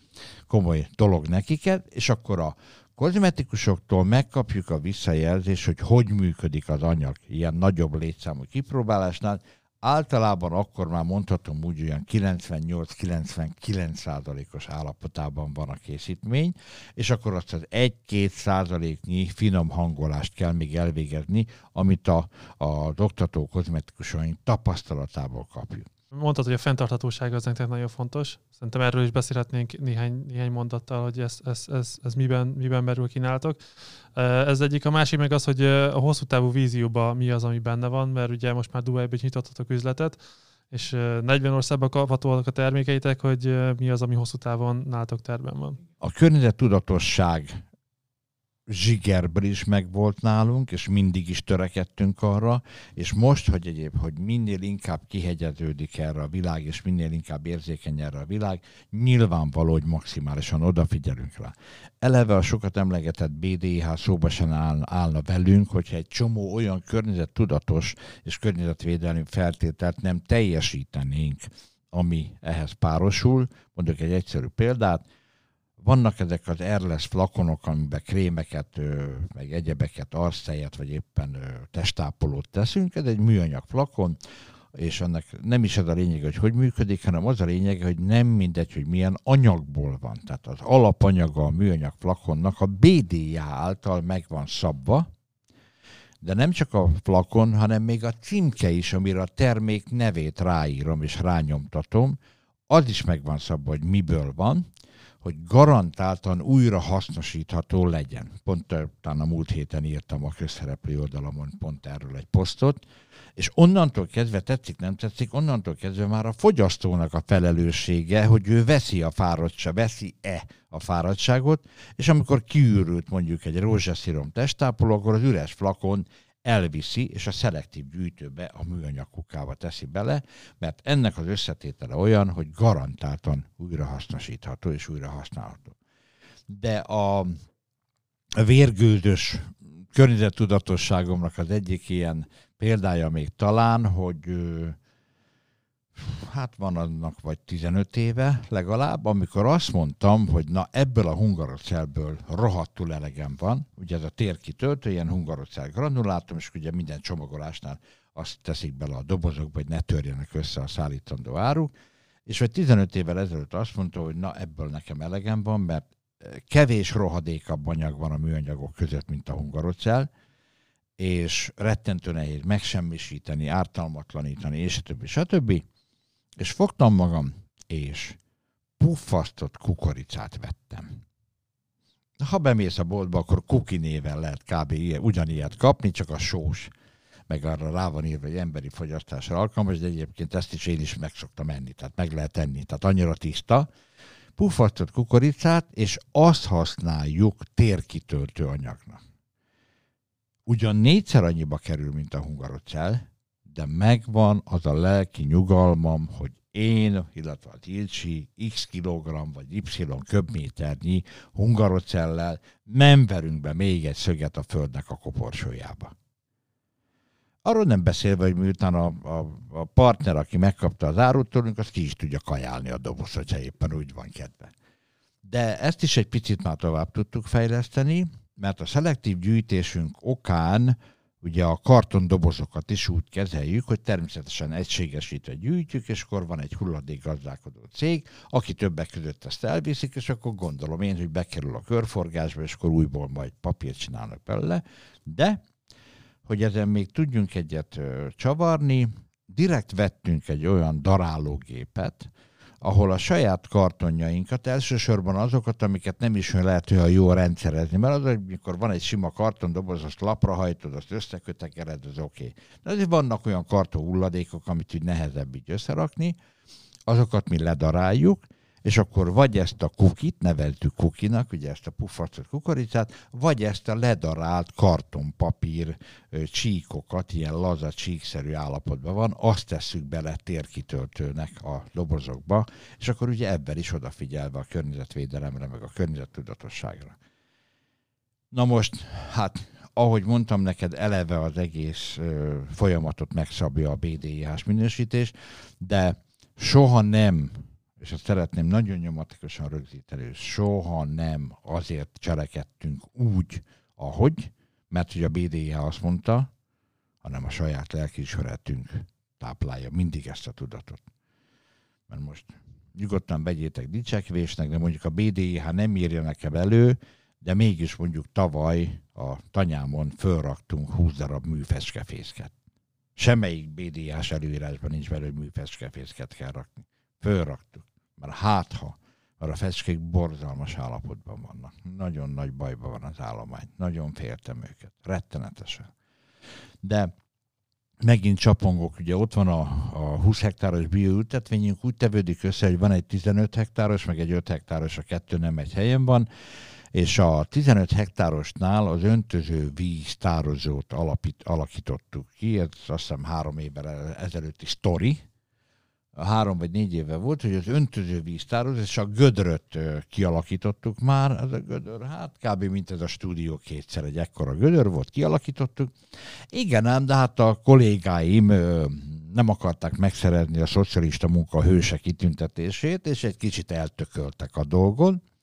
komoly dolog nekiket, és akkor a kozmetikusoktól megkapjuk a visszajelzést, hogy hogy működik az anyag ilyen nagyobb létszámú kipróbálásnál. Általában akkor már mondhatom úgy, olyan kilencvennyolc-kilencvenkilenc százalékos állapotában van a készítmény, és akkor azt az egy-két százaléknyi finom hangolást kell még elvégezni, amit a, a oktató kozmetikusaink tapasztalatából kapjuk. Mondtad, hogy a fenntarthatóság az nektek nagyon fontos. Szerintem erről is beszélhetnénk néhány, néhány mondattal, hogy ez, ez, ez, ez miben, miben merül kínáltok. Ez egyik, a másik meg az, hogy a hosszú távú vízióban mi az, ami benne van, mert ugye most már Dubajban is nyitottatok üzletet, és negyven országban kaphatóak a termékeitek, hogy mi az, ami hosszú távon nálatok terben van. A környezettudatosság zsigerből is megvolt nálunk, és mindig is törekedtünk arra, és most, hogy egyéb, hogy minél inkább kihegyeződik erre a világ, és minél inkább érzékeny erre a világ, nyilvánvaló, hogy maximálisan odafigyelünk rá. Eleve a sokat emlegetett bé dé i há szóba sem áll, állna velünk, hogyha egy csomó olyan környezettudatos és környezetvédelmi feltételt nem teljesítenénk, ami ehhez párosul. Mondok egy egyszerű példát, vannak ezek az Airless flakonok, amiben krémeket, meg egyebeket, arctejet, vagy éppen testápolót teszünk. Ez egy műanyag flakon, és annak nem is az a lényeg, hogy hogy működik, hanem az a lényeg, hogy nem mindegy, hogy milyen anyagból van. Tehát az alapanyaga a műanyag flakonnak a bé dé i á által meg van szabva, de nem csak a flakon, hanem még a címke is, amire a termék nevét ráírom és rányomtatom, az is meg van szabva, hogy miből van, hogy garantáltan újra hasznosítható legyen. Pont talán a múlt héten írtam a közszereplő oldalamon pont erről egy posztot, és onnantól kezdve, tetszik, nem tetszik, onnantól kezdve már a fogyasztónak a felelőssége, hogy ő veszi a fáradtságot, veszi-e a fáradtságot, és amikor kiürült mondjuk egy rózsaszírom testápoló, akkor az üres flakon elviszi, és a szelektív gyűjtőbe a műanyag kukába teszi bele, mert ennek az összetétele olyan, hogy garantáltan újrahasznosítható és újra használható. De a vérgődös környezettudatosságomnak az egyik ilyen példája még talán, hogy hát van annak vagy tizenöt éve legalább, amikor azt mondtam, hogy na ebből a hungarocellből rohadtul elegem van, ugye ez a térkitöltő, ilyen hungarocell granulátum, és ugye minden csomagolásnál azt teszik bele a dobozokba, hogy ne törjenek össze a szállítandó áruk, és vagy tizenöt évvel ezelőtt azt mondta, hogy na ebből nekem elegem van, mert kevés rohadékabb anyag van a műanyagok között, mint a hungarocell, és rettentő nehéz megsemmisíteni, ártalmatlanítani, és stb. stb. És fogtam magam, és puffasztott kukoricát vettem. Ha bemész a boltba, akkor kuki néven lehet kb. Ugyanilyet kapni, csak a sós, meg arra rá van írva, hogy emberi fogyasztásra alkalmas, de egyébként ezt is én is meg szoktam enni, tehát meg lehet enni, tehát annyira tiszta. Puffasztott kukoricát, és azt használjuk térkitöltő anyagnak. Ugyan négyszer annyiba kerül, mint a hungarocell, de megvan az a lelki nyugalmam, hogy én, illetve az Ilcsi x kilogramm vagy y köbméternyi hungarocellel nem verünk be még egy szöget a földnek a koporsójába. Arról nem beszélve, hogy miután a, a, a partner, aki megkapta az árut tőlünk, az ki is tudja kajálni a doboz, hogyha éppen úgy van kedve. De ezt is egy picit már tovább tudtuk fejleszteni, mert a szelektív gyűjtésünk okán ugye a kartondobozokat is úgy kezeljük, hogy természetesen egységesítve gyűjtjük, és akkor van egy hulladékgazdálkodó cég, aki többek között ezt elviszik, és akkor gondolom én, hogy bekerül a körforgásba, és akkor újból majd papírt csinálnak belőle. De, hogy ezen még tudjunk egyet ö, csavarni, direkt vettünk egy olyan darálógépet, ahol a saját kartonjainkat, elsősorban azokat, amiket nem is lehet olyan jól rendszerezni, mert az, amikor van egy sima kartondoboz, azt lapra hajtod, azt összekötekered, az oké. Okay. De azért vannak olyan karton hulladékok, amit úgy nehezebb így összerakni, azokat mi ledaráljuk, és akkor vagy ezt a kukit, nevezzük kukinak, ugye ezt a puffasztott kukoricát, vagy ezt a ledarált kartonpapír csíkokat, ilyen laza csíkszerű állapotban van, azt tesszük bele térkitöltőnek a dobozokba, és akkor ugye ebben is odafigyelve a környezetvédelemre, meg a környezettudatosságra. Na most, hát ahogy mondtam neked, eleve az egész ö, folyamatot megszabja a bé dé i á-s minősítés, de soha nem, és ezt szeretném nagyon nyomatikusan rögzíteni, soha nem azért cselekedtünk úgy, ahogy, mert hogy a bé dé i á azt mondta, hanem a saját lelkiismeretünk táplálja mindig ezt a tudatot. Mert most nyugodtan vegyétek dicsekvésnek, de mondjuk a bé dé i á nem írja nekem elő, de mégis mondjuk tavaly a tanyámon fölraktunk húsz darab műfecskefészket. Semmelyik bé dé i á-s előírásban nincs belőle, hogy műfecskefészket kell rakni. Fölraktuk. Mert hát ha, mert a fecskék borzalmas állapotban vannak. Nagyon nagy bajban van az állomány. Nagyon féltem őket. Rettenetesen. De megint csapongok, ugye ott van a, a húsz hektáros bioültetvényünk, úgy tevődik össze, hogy van egy tizenöt hektáros, meg egy öt hektáros, a kettő nem egy helyen van, és a tizenöt hektárosnál az öntöző víztározót alapít, alakítottuk ki, ez azt hiszem három évvel ezelőtti sztori, három vagy négy éve volt, hogy az öntöző víztározó, és a gödröt kialakítottuk már, az a gödör, hát kb. Mint ez a stúdió kétszer egy ekkora gödör volt, kialakítottuk. Igen ám, de hát a kollégáim nem akarták megszerezni a szocialista munka hőse kitüntetését, és egy kicsit eltököltek a dolgon.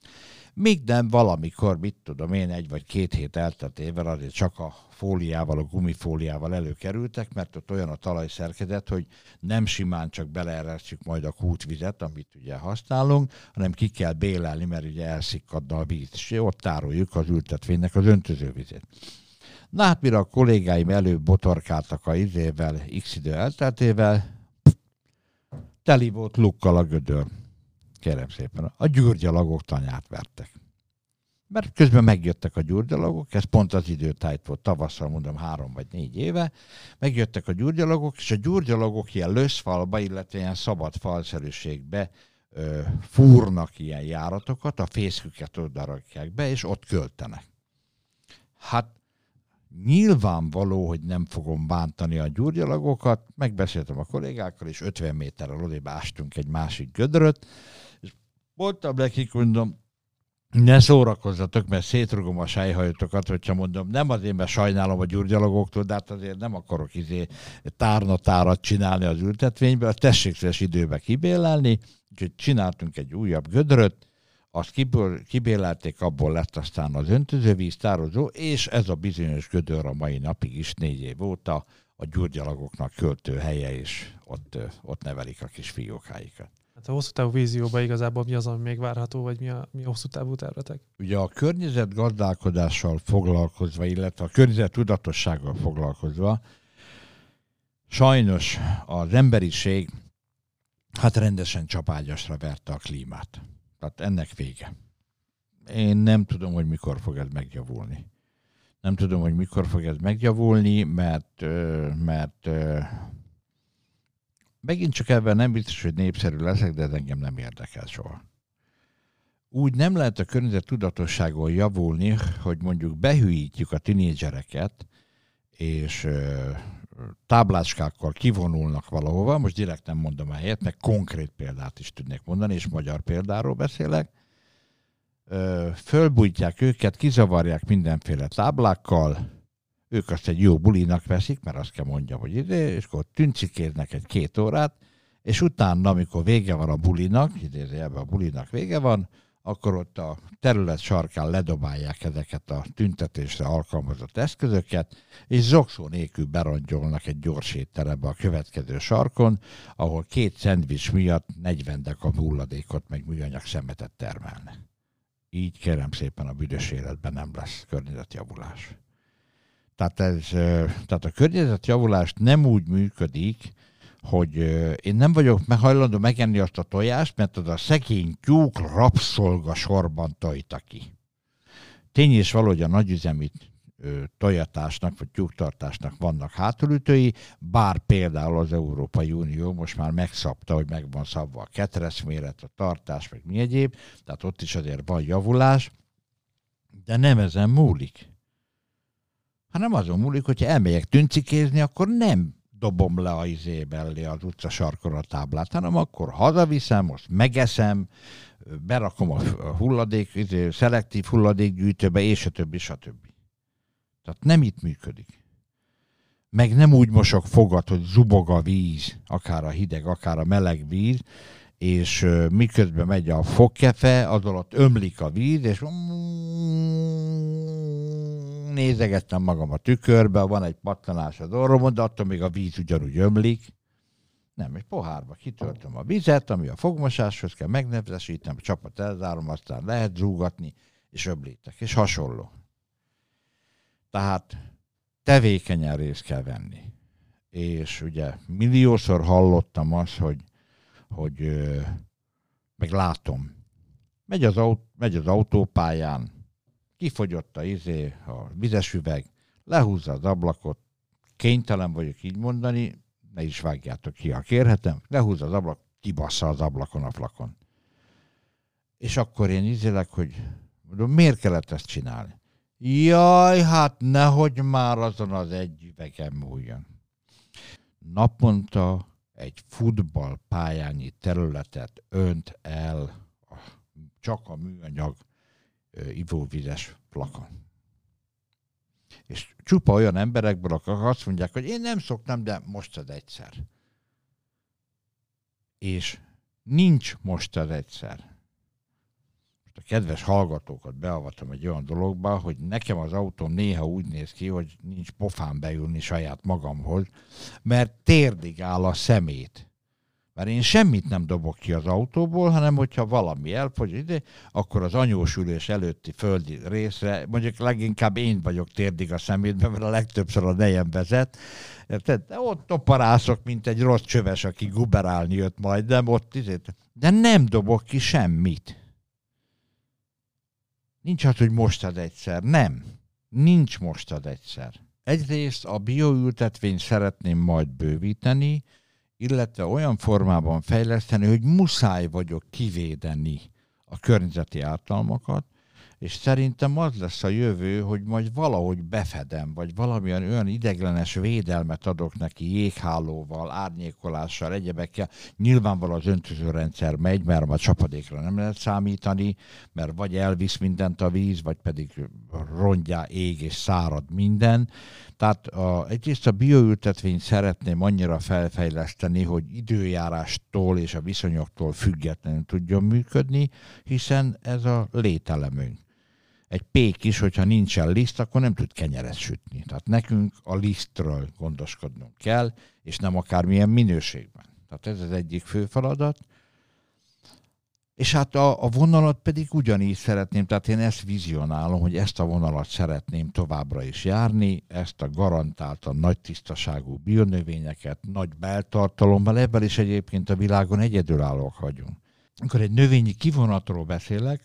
Míg nem valamikor, mit tudom én, egy vagy két hét elteltével azért csak a fóliával, a gumifóliával előkerültek, mert ott olyan a talajszerkezet, hogy nem simán csak beleeresztjük majd a kútvizet, amit ugye használunk, hanem ki kell bélelni, mert ugye elszikkadna a víz, és ott tároljuk az ültetvénynek az öntözővizét. Na hát, mire a kollégáim előbb botorkáltak a izével, x idő elteltével, teli volt lukkal a gödör. Kérem szépen, a gyurgyalagok tanyát vertek. Mert közben megjöttek a gyurgyalagok, ez pont az időtájt volt, tavasszal mondom három vagy négy éve, megjöttek a gyurgyalagok, és a gyurgyalagok ilyen löszfalba, illetve ilyen szabad falszerűségbe ö, fúrnak ilyen járatokat, a fészküket oda rakják be, és ott költenek. Hát nyilvánvaló, hogy nem fogom bántani a gyurgyalagokat, megbeszéltem a kollégákkal, és ötven méterrel odébb ástunk egy másik gödröt, és mondtam nekik, mondom, ne szórakozzatok, mert szétrugom a sájhajotokat, hogyha mondom, nem azért, mert sajnálom a gyurgyalagoktól, de hát azért nem akarok izé tárnatárat csinálni az ültetvényből, tessék szíves időbe kibélelni, úgyhogy csináltunk egy újabb gödröt, azt kibélelték, abból lett aztán az öntözővíz tározó, és ez a bizonyos gödör a mai napig is négy év óta a gyurgyalagoknak költő helye, és ott, ott nevelik a kis fiókáikat. Hát a hosszú távú vízióban igazából mi az, ami még várható, vagy mi a, mi a hosszú távú tervetek? Ugye a környezetgazdálkodással foglalkozva, illetve a környezet tudatossággal foglalkozva, sajnos az emberiség hát rendesen csapágyasra verte a klímát. Tehát ennek vége. Én nem tudom, hogy mikor fog ez megjavulni. Nem tudom, hogy mikor fog ez megjavulni, mert, mert megint csak ebben nem biztos, hogy népszerű leszek, de ez engem nem érdekel soha. Úgy nem lehet a környezet tudatosságon javulni, hogy mondjuk behűítjük a tinédzsereket, és táblácskákkal kivonulnak valahova, most direkt nem mondom a helyet, meg konkrét példát is tudnék mondani, és magyar példáról beszélek. Fölbújtják őket, kizavarják mindenféle táblákkal, ők azt egy jó bulinak veszik, mert azt kell mondjam, hogy ide, és akkor tüncikéznek egy-két órát, és utána, amikor vége van a bulinak, idézőjelben a bulinak vége van, akkor ott a terület sarkán ledobálják ezeket a tüntetésre alkalmazott eszközöket, és zokszó nélkül berongyolnak egy gyors étterembe a következő sarkon, ahol két szendvics miatt negyven deka hulladékot meg műanyag szemetet termelnek. Így kérem szépen a büdös életben nem lesz környezetjavulás. Tehát, ez, tehát a környezetjavulás nem úgy működik, hogy én nem vagyok hajlandó megenni azt a tojást, mert az a szegény tyúk rabszolga sorban tojta ki. Tény és való, hogy a nagyüzemi tojatásnak vagy tyúktartásnak vannak hátulütői, bár például az Európai Unió most már megszabta, hogy meg van szabva a ketreszméret, a tartás, meg mi egyéb, tehát ott is azért van javulás, de nem ezen múlik. Hanem azon múlik, hogyha elmegyek tüncikézni, akkor nem dobom le a izé mellé az utca sarkon a táblát, hanem akkor hazaviszem, azt megeszem, berakom a hulladék, izé, szelektív hulladékgyűjtőbe, és a többi, és a többi. Tehát nem itt működik. Meg nem úgy mosok fogat, hogy zubog a víz, akár a hideg, akár a meleg víz, és miközben megy a fogkefe, az alatt ömlik a víz, és nézegettem magam a tükörbe, van egy pattanás az orromon, de attól még a víz ugyanúgy ömlik. Nem, egy pohárba kitöltöm a vizet, ami a fogmosáshoz kell, megnevesítem, a csapat elzárom, aztán lehet zúgatni, és öblítek, és hasonló. Tehát tevékenyen részt kell venni. És ugye milliószor hallottam azt, hogy, hogy meg látom, megy az, aut, megy az autópályán, kifogyott a izé, a vizes üveg, lehúzza az ablakot, kénytelen vagyok így mondani, ne is vágjátok ki, ha kérhetem, lehúzza az ablak, kibassza az ablakon a flakon. És akkor én ízélek, hogy mondom, miért kellett ezt csinálni? Jaj, hát nehogy már azon az egy üvegen múljon. Naponta egy futballpályányi területet önt el a, csak a műanyag ö, ivóvizes flakon. És csupa olyan emberekből, akik azt mondják, hogy én nem szoktam, de most az egyszer. És nincs most az egyszer. a kedves hallgatókat beavatom egy olyan dologba, hogy nekem az autóm néha úgy néz ki, hogy nincs pofán beülni saját magamhoz, mert térdig áll a szemét. Mert én semmit nem dobok ki az autóból, hanem hogyha valami elfogy ide, akkor az anyós ülés előtti földi részre, mondjuk leginkább én vagyok térdig a szemétben, mert a legtöbbször a nejem vezet. De ott toparászok, mint egy rossz csöves, aki guberálni jött majd, nem ott izét. De nem dobok ki semmit. Nincs az, hogy mostad egyszer. Nem. Nincs mostad egyszer. Egyrészt a bioültetvényt szeretném majd bővíteni, illetve olyan formában fejleszteni, hogy muszáj vagyok kivédeni a környezeti ártalmakat, és szerintem az lesz a jövő, hogy majd valahogy befedem, vagy valamilyen olyan ideiglenes védelmet adok neki jéghálóval, árnyékolással, egyebekkel. Nyilvánvalóan az öntözőrendszer megy, mert a csapadékra nem lehet számítani, mert vagy elvisz mindent a víz, vagy pedig rongyá ég és szárad minden. Tehát a, egyrészt a bioültetvényt szeretném annyira felfejleszteni, hogy időjárástól és a viszonyoktól függetlenül tudjon működni, hiszen ez a lételemünk. Egy pék is, hogyha nincsen liszt, akkor nem tud kenyeret sütni. Tehát nekünk a lisztről gondoskodnunk kell, és nem akármilyen minőségben. Tehát ez az egyik fő feladat. És hát a, a vonalat pedig ugyanígy szeretném, tehát én ezt vizionálom, hogy ezt a vonalat szeretném továbbra is járni, ezt a garantáltan nagy tisztaságú bionövényeket, nagy beltartalommal, ebben is egyébként a világon egyedülállók vagyunk. Amikor egy növényi kivonatról beszélek,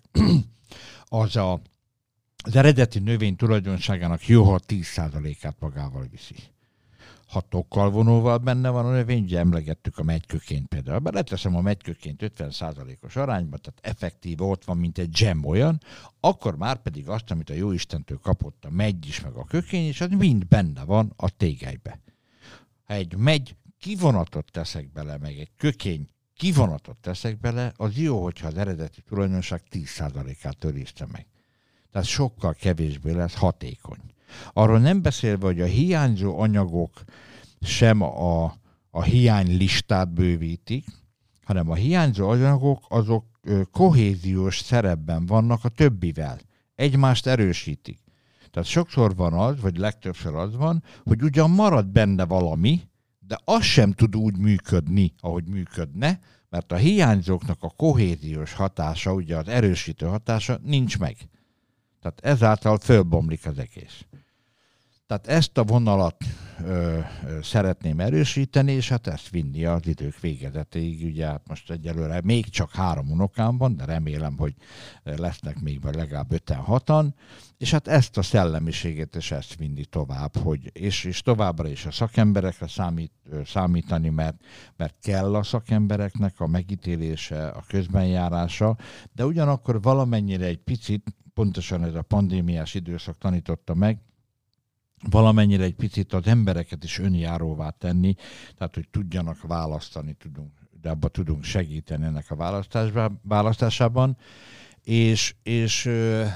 az a, az eredeti növény tulajdonságának jó, ha tíz százalékát magával viszi. Ha tokkal vonóval benne van a növény, ugye emlegettük a megykökényt például, be leteszem a megykökényt ötven százalékos arányban, tehát effektív ott van, mint egy dzsem olyan, akkor már pedig azt, amit a Jóistentől kapott a megy is, meg a kökény is, az mind benne van a tégelybe. Ha egy megy kivonatot teszek bele, meg egy kökény kivonatot teszek bele, az jó, hogyha az eredeti tulajdonság tíz százalékát őrizte meg. Tehát sokkal kevésbé lesz hatékony. Arról nem beszélve, hogy a hiányzó anyagok sem a, a hiánylistát bővítik, hanem a hiányzó anyagok azok kohéziós szerepben vannak a többivel. Egymást erősítik. Tehát sokszor van az, vagy legtöbbször az van, hogy ugyan marad benne valami, de az sem tud úgy működni, ahogy működne, mert a hiányzóknak a kohéziós hatása, ugye az erősítő hatása nincs meg. Tehát ezáltal fölbomlik az egész. Tehát ezt a vonalat ö, ö, szeretném erősíteni, és hát ezt vinni az idők végezetéig. Ugye hát most egyelőre még csak három unokám van, de remélem, hogy lesznek még legalább öten-hatan, és hát ezt a szellemiséget és ezt vinni tovább, hogy, és, és továbbra is a szakemberekre számít, számítani, mert, mert kell a szakembereknek a megítélése, a közbenjárása, de ugyanakkor valamennyire egy picit, pontosan ez a pandémiás időszak tanította meg, valamennyire egy picit az embereket is önjáróvá tenni, tehát hogy tudjanak választani, tudunk, de abban tudunk segíteni ennek a választásában. És, és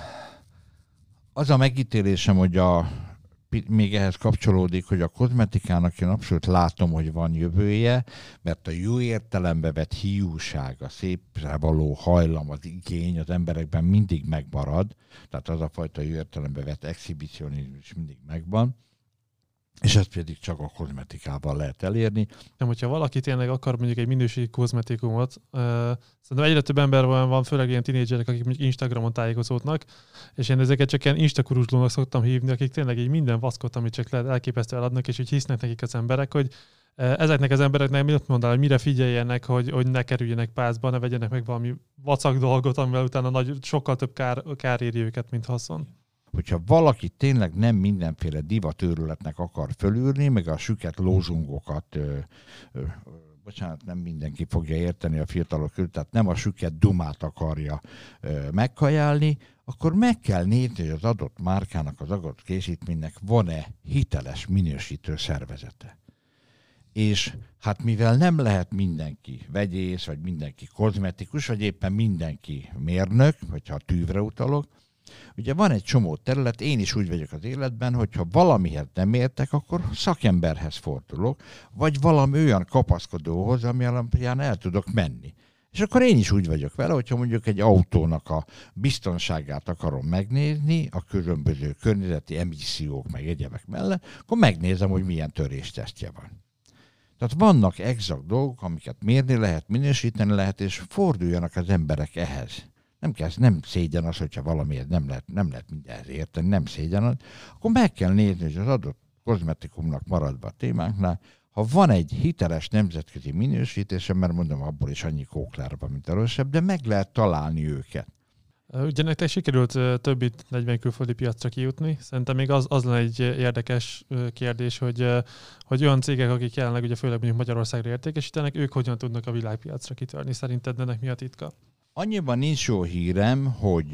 az a megítélésem, hogy a, még ehhez kapcsolódik, hogy a kozmetikának én abszolút látom, hogy van jövője, mert a jó értelembe vett hiúság, a szépre való hajlam, az igény az emberekben mindig megmarad, tehát az a fajta jó értelembe vett exhibicionizmus mindig megvan, és ezt pedig csak a kozmetikával lehet elérni. Nem, hogyha valaki tényleg akar mondjuk egy minőségi kozmetikumot, uh, szerintem egyre több ember van, van, főleg ilyen tinédzserek, akik mondjuk Instagramon tájékozódnak, és én ezeket csak ilyen instakuruzslónak szoktam hívni, akik tényleg így minden vaszkot, amit csak lehet, elképesztő eladnak, és úgy hisznek nekik az emberek, hogy uh, ezeknek az embereknek mit mondál, hogy mire figyeljenek, hogy, hogy ne kerüljenek pászba, ne vegyenek meg valami vacak dolgot, amivel utána nagy, sokkal több kár, kár éri őket, mint haszon. Hogyha valaki tényleg nem mindenféle divatőrületnek akar fölülni, meg a süket lózungokat, ö, ö, bocsánat, nem mindenki fogja érteni a fiatalok között, tehát nem a süket dumát akarja ö, megkajálni, akkor meg kell nézni, hogy az adott márkának, az adott készítménynek van-e hiteles minősítő szervezete. És hát mivel nem lehet mindenki vegyész, vagy mindenki kozmetikus, vagy éppen mindenki mérnök, hogyha a tűvre utalok, ugye van egy csomó terület, én is úgy vagyok az életben, hogyha valamihez nem értek, akkor szakemberhez fordulok, vagy valami olyan kapaszkodóhoz, ami alapján el tudok menni. És akkor én is úgy vagyok vele, hogyha mondjuk egy autónak a biztonságát akarom megnézni, a különböző környezeti emissziók meg egyebek mellett, akkor megnézem, hogy milyen töréstesztje van. Tehát vannak exakt dolgok, amiket mérni lehet, minősíteni lehet, és forduljanak az emberek ehhez. Nem kell, nem szégyen az, hogyha valamiért nem lehet, nem lehet mindenhez érteni, nem szégyen az. Akkor meg kell nézni, hogy az adott kozmetikumnak maradva a témánknál, ha van egy hiteles nemzetközi minősítése, mert mondom, abból is annyi kóklár van, mint a rosszabb, de meg lehet találni őket. Ugye nektek sikerült több mint negyven külföldi piacra kijutni. Szerintem még az, az lenne egy érdekes kérdés, hogy, hogy olyan cégek, akik jelenleg ugye főleg mondjuk Magyarországra értékesítenek, ők hogyan tudnak a világpiacra kitörni? Szerinted ennek mi a titka? Annyiban nincs jó hírem, hogy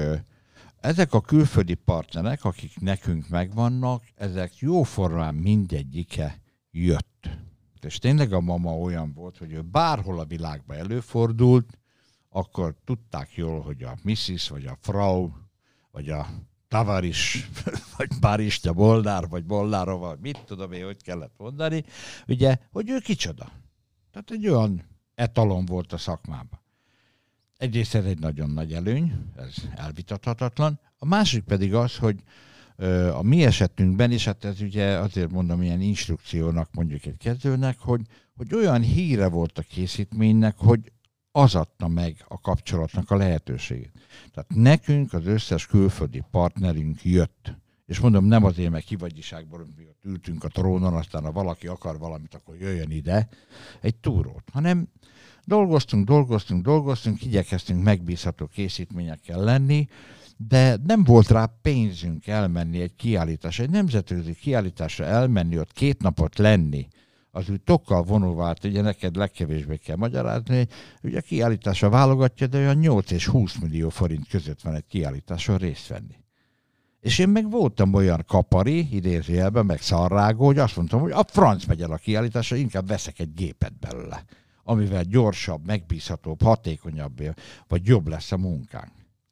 ezek a külföldi partnerek, akik nekünk megvannak, ezek jóformán mindegyike jött. És tényleg a mama olyan volt, hogy ő bárhol a világban előfordult, akkor tudták jól, hogy a missis, vagy a Frau, vagy a Tavaris, vagy Barista Boldár, vagy Boldárova, mit tudom én, hogy kellett mondani, ugye, hogy ő kicsoda. Tehát egy olyan etalon volt a szakmában. Egyrészt ez egy nagyon nagy előny, ez elvitathatatlan. A másik pedig az, hogy a mi esetünkben, és hát ez ugye azért mondom ilyen instrukciónak mondjuk egy kezdőnek, hogy, hogy olyan híre volt a készítménynek, hogy az adta meg a kapcsolatnak a lehetőségét. Tehát nekünk az összes külföldi partnerünk jött. És mondom, nem azért, mert kivagyiságból, hogy mi ott ültünk a trónon, aztán ha valaki akar valamit, akkor jöjjön ide, egy túrót, hanem dolgoztunk, dolgoztunk, dolgoztunk, igyekeztünk megbízható készítményekkel lenni, de nem volt rá pénzünk elmenni egy kiállításra, egy nemzetközi kiállításra elmenni, ott két napot lenni, az úgy tokkal vonóvált, ugye neked legkevésbé kell magyarázni, ugye a kiállításra válogatja, de olyan nyolc és húsz millió forint között van egy kiállításon részt venni. És én meg voltam olyan kapari, idézőjelben, meg szarrágó, hogy azt mondtam, hogy a franc megy el a kiállításra, inkább veszek egy gépet belőle, amivel gyorsabb, megbízhatóbb, hatékonyabb, vagy jobb lesz a munkánk.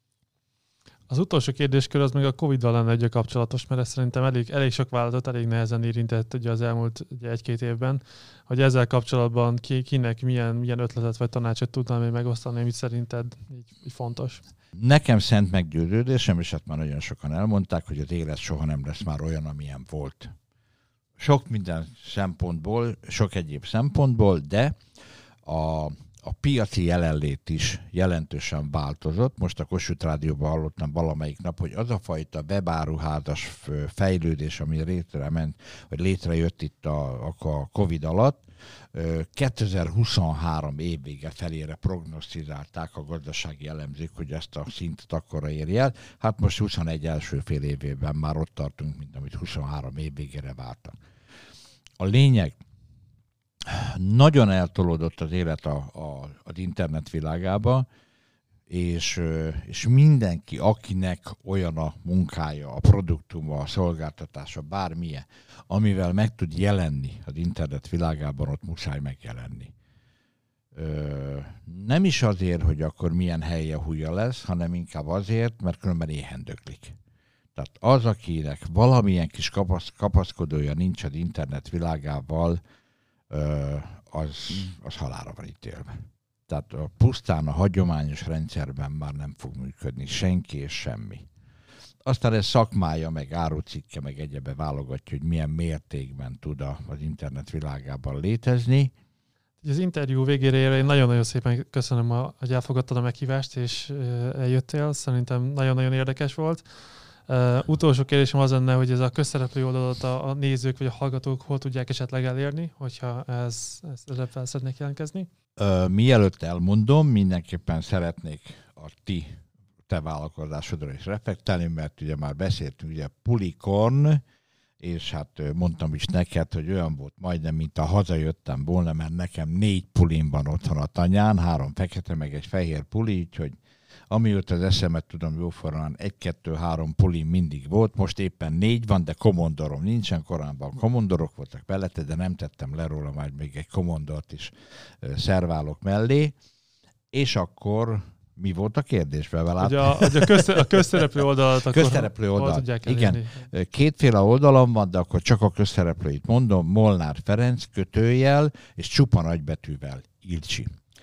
Az utolsó kérdéskör az még a Covid-val lenne egy kapcsolatos, mert ez szerintem elég, elég sok vállalatot elég nehezen érintett ugye az elmúlt ugye egy-két évben, hogy ezzel kapcsolatban ki, kinek milyen, milyen ötletet vagy tanácsot tudnám még megosztani, amit szerinted így, így fontos. Nekem szent meggyőződésem, és hát már nagyon sokan elmondták, hogy az élet soha nem lesz már olyan, amilyen volt. Sok minden szempontból, sok egyéb szempontból, de a A piaci jelenlét is jelentősen változott. Most a Kossuth Rádióban hallottam valamelyik nap, hogy az a fajta webáruházas fejlődés, ami létrement, vagy létrejött itt a, a Covid alatt, kétezer-huszonhárom évvége felére prognosztizálták a gazdasági elemzők, hogy ezt a szintet akkora érje el. Hát most huszonegy első fél évében már ott tartunk, mint amit huszonhárom évvégére vártak. A lényeg, nagyon eltolódott az élet a, a, az internet világába, és, és mindenki, akinek olyan a munkája, a produktuma, a szolgáltatása, bármilyen, amivel meg tud jelenni az internet világában, ott muszáj megjelenni. Ö, nem is azért, hogy akkor milyen helye húja lesz, hanem inkább azért, mert különben éhendöklik. Tehát az, akinek valamilyen kis kapasz, kapaszkodója nincs az internet világával, az, az halálra van ítélve. Tehát a pusztán a hagyományos rendszerben már nem fog működni senki és semmi. Aztán ez szakmája, meg árucikke, meg egyebe válogatja, hogy milyen mértékben tud az internet világában létezni. Az interjú végére én nagyon-nagyon szépen köszönöm, hogy elfogadtad a meghívást, és eljöttél. Szerintem nagyon-nagyon érdekes volt. Uh, utolsó kérdésem az lenne, hogy ez a közszereplő oldalat a, a nézők vagy a hallgatók hol tudják esetleg elérni, hogyha ez, ezzel fel szeretnék jelentkezni? Uh, mielőtt elmondom, mindenképpen szeretnék a ti, te vállalkozásodra is reflektálni, mert ugye már beszéltünk, ugye Pulicorn, és hát mondtam is neked, hogy olyan volt majdnem, mint a hazajöttem volna, mert nekem négy pulim van otthon a tanyán, három fekete, meg egy fehér puli, úgyhogy amióta az eszemet tudom jóformán, egy-kettő-három pulim mindig volt, most éppen négy van, de kommondorom nincsen, korábban kommondorok voltak mellette, de nem tettem le róla, majd még egy kommondort is szerválok mellé. És akkor mi volt a kérdésben vele? Ugye a, a, köz, a közszereplő oldalat, akkor közszereplő hol, oldal. hol tudják elérni? Igen, kétféle oldalam van, de akkor csak a közszereplőit mondom, Molnár Ferenc kötőjel és csupa nagybetűvel, Ilcsi.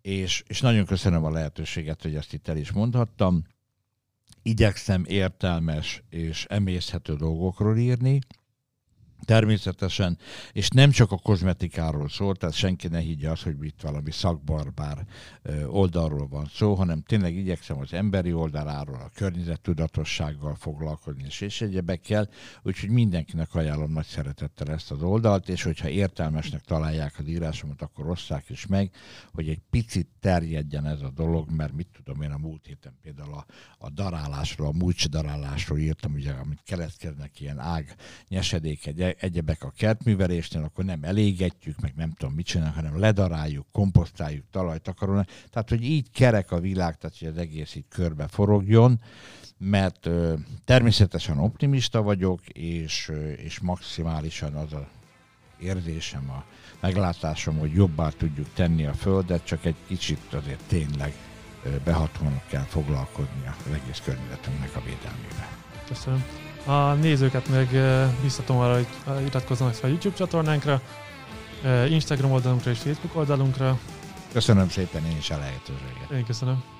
és, és nagyon köszönöm a lehetőséget, hogy ezt itt el is mondhattam. Igyekszem értelmes és emészhető dolgokról írni, természetesen, és nem csak a kozmetikáról szól, tehát senki ne higgye azt, hogy itt valami szakbarbár oldalról van szó, hanem tényleg igyekszem az emberi oldaláról, a környezettudatossággal foglalkozni, és, és egyebekkel, úgyhogy mindenkinek ajánlom nagy szeretettel ezt az oldalt, és hogyha értelmesnek találják az írásomat, akkor osszák is meg, hogy egy picit terjedjen ez a dolog, mert mit tudom én, a múlt héten például a, a darálásról, a mulcsdarálásról írtam, ugye, amit keletkeznek ilyen ág, nyesedék, egy egyebek a kertművelésnél, akkor nem elégetjük, meg nem tudom mit csinálni, hanem ledaráljuk, komposztáljuk, talajt takarolni. Tehát, hogy így kerek a világ, tehát, hogy az egész így körbe forogjon, mert ö, természetesen optimista vagyok, és, ö, és maximálisan az a érzésem, a meglátásom, hogy jobbá tudjuk tenni a Földet, csak egy kicsit azért tényleg ö, behatónak kell foglalkozni az egész környezetünknek a védelmével. Köszönöm. A nézőket meg biztatom arra, hogy iratkozzanak fel a YouTube csatornánkra, Instagram oldalunkra és Facebook oldalunkra. Köszönöm szépen én is a lehetőséget. Én köszönöm.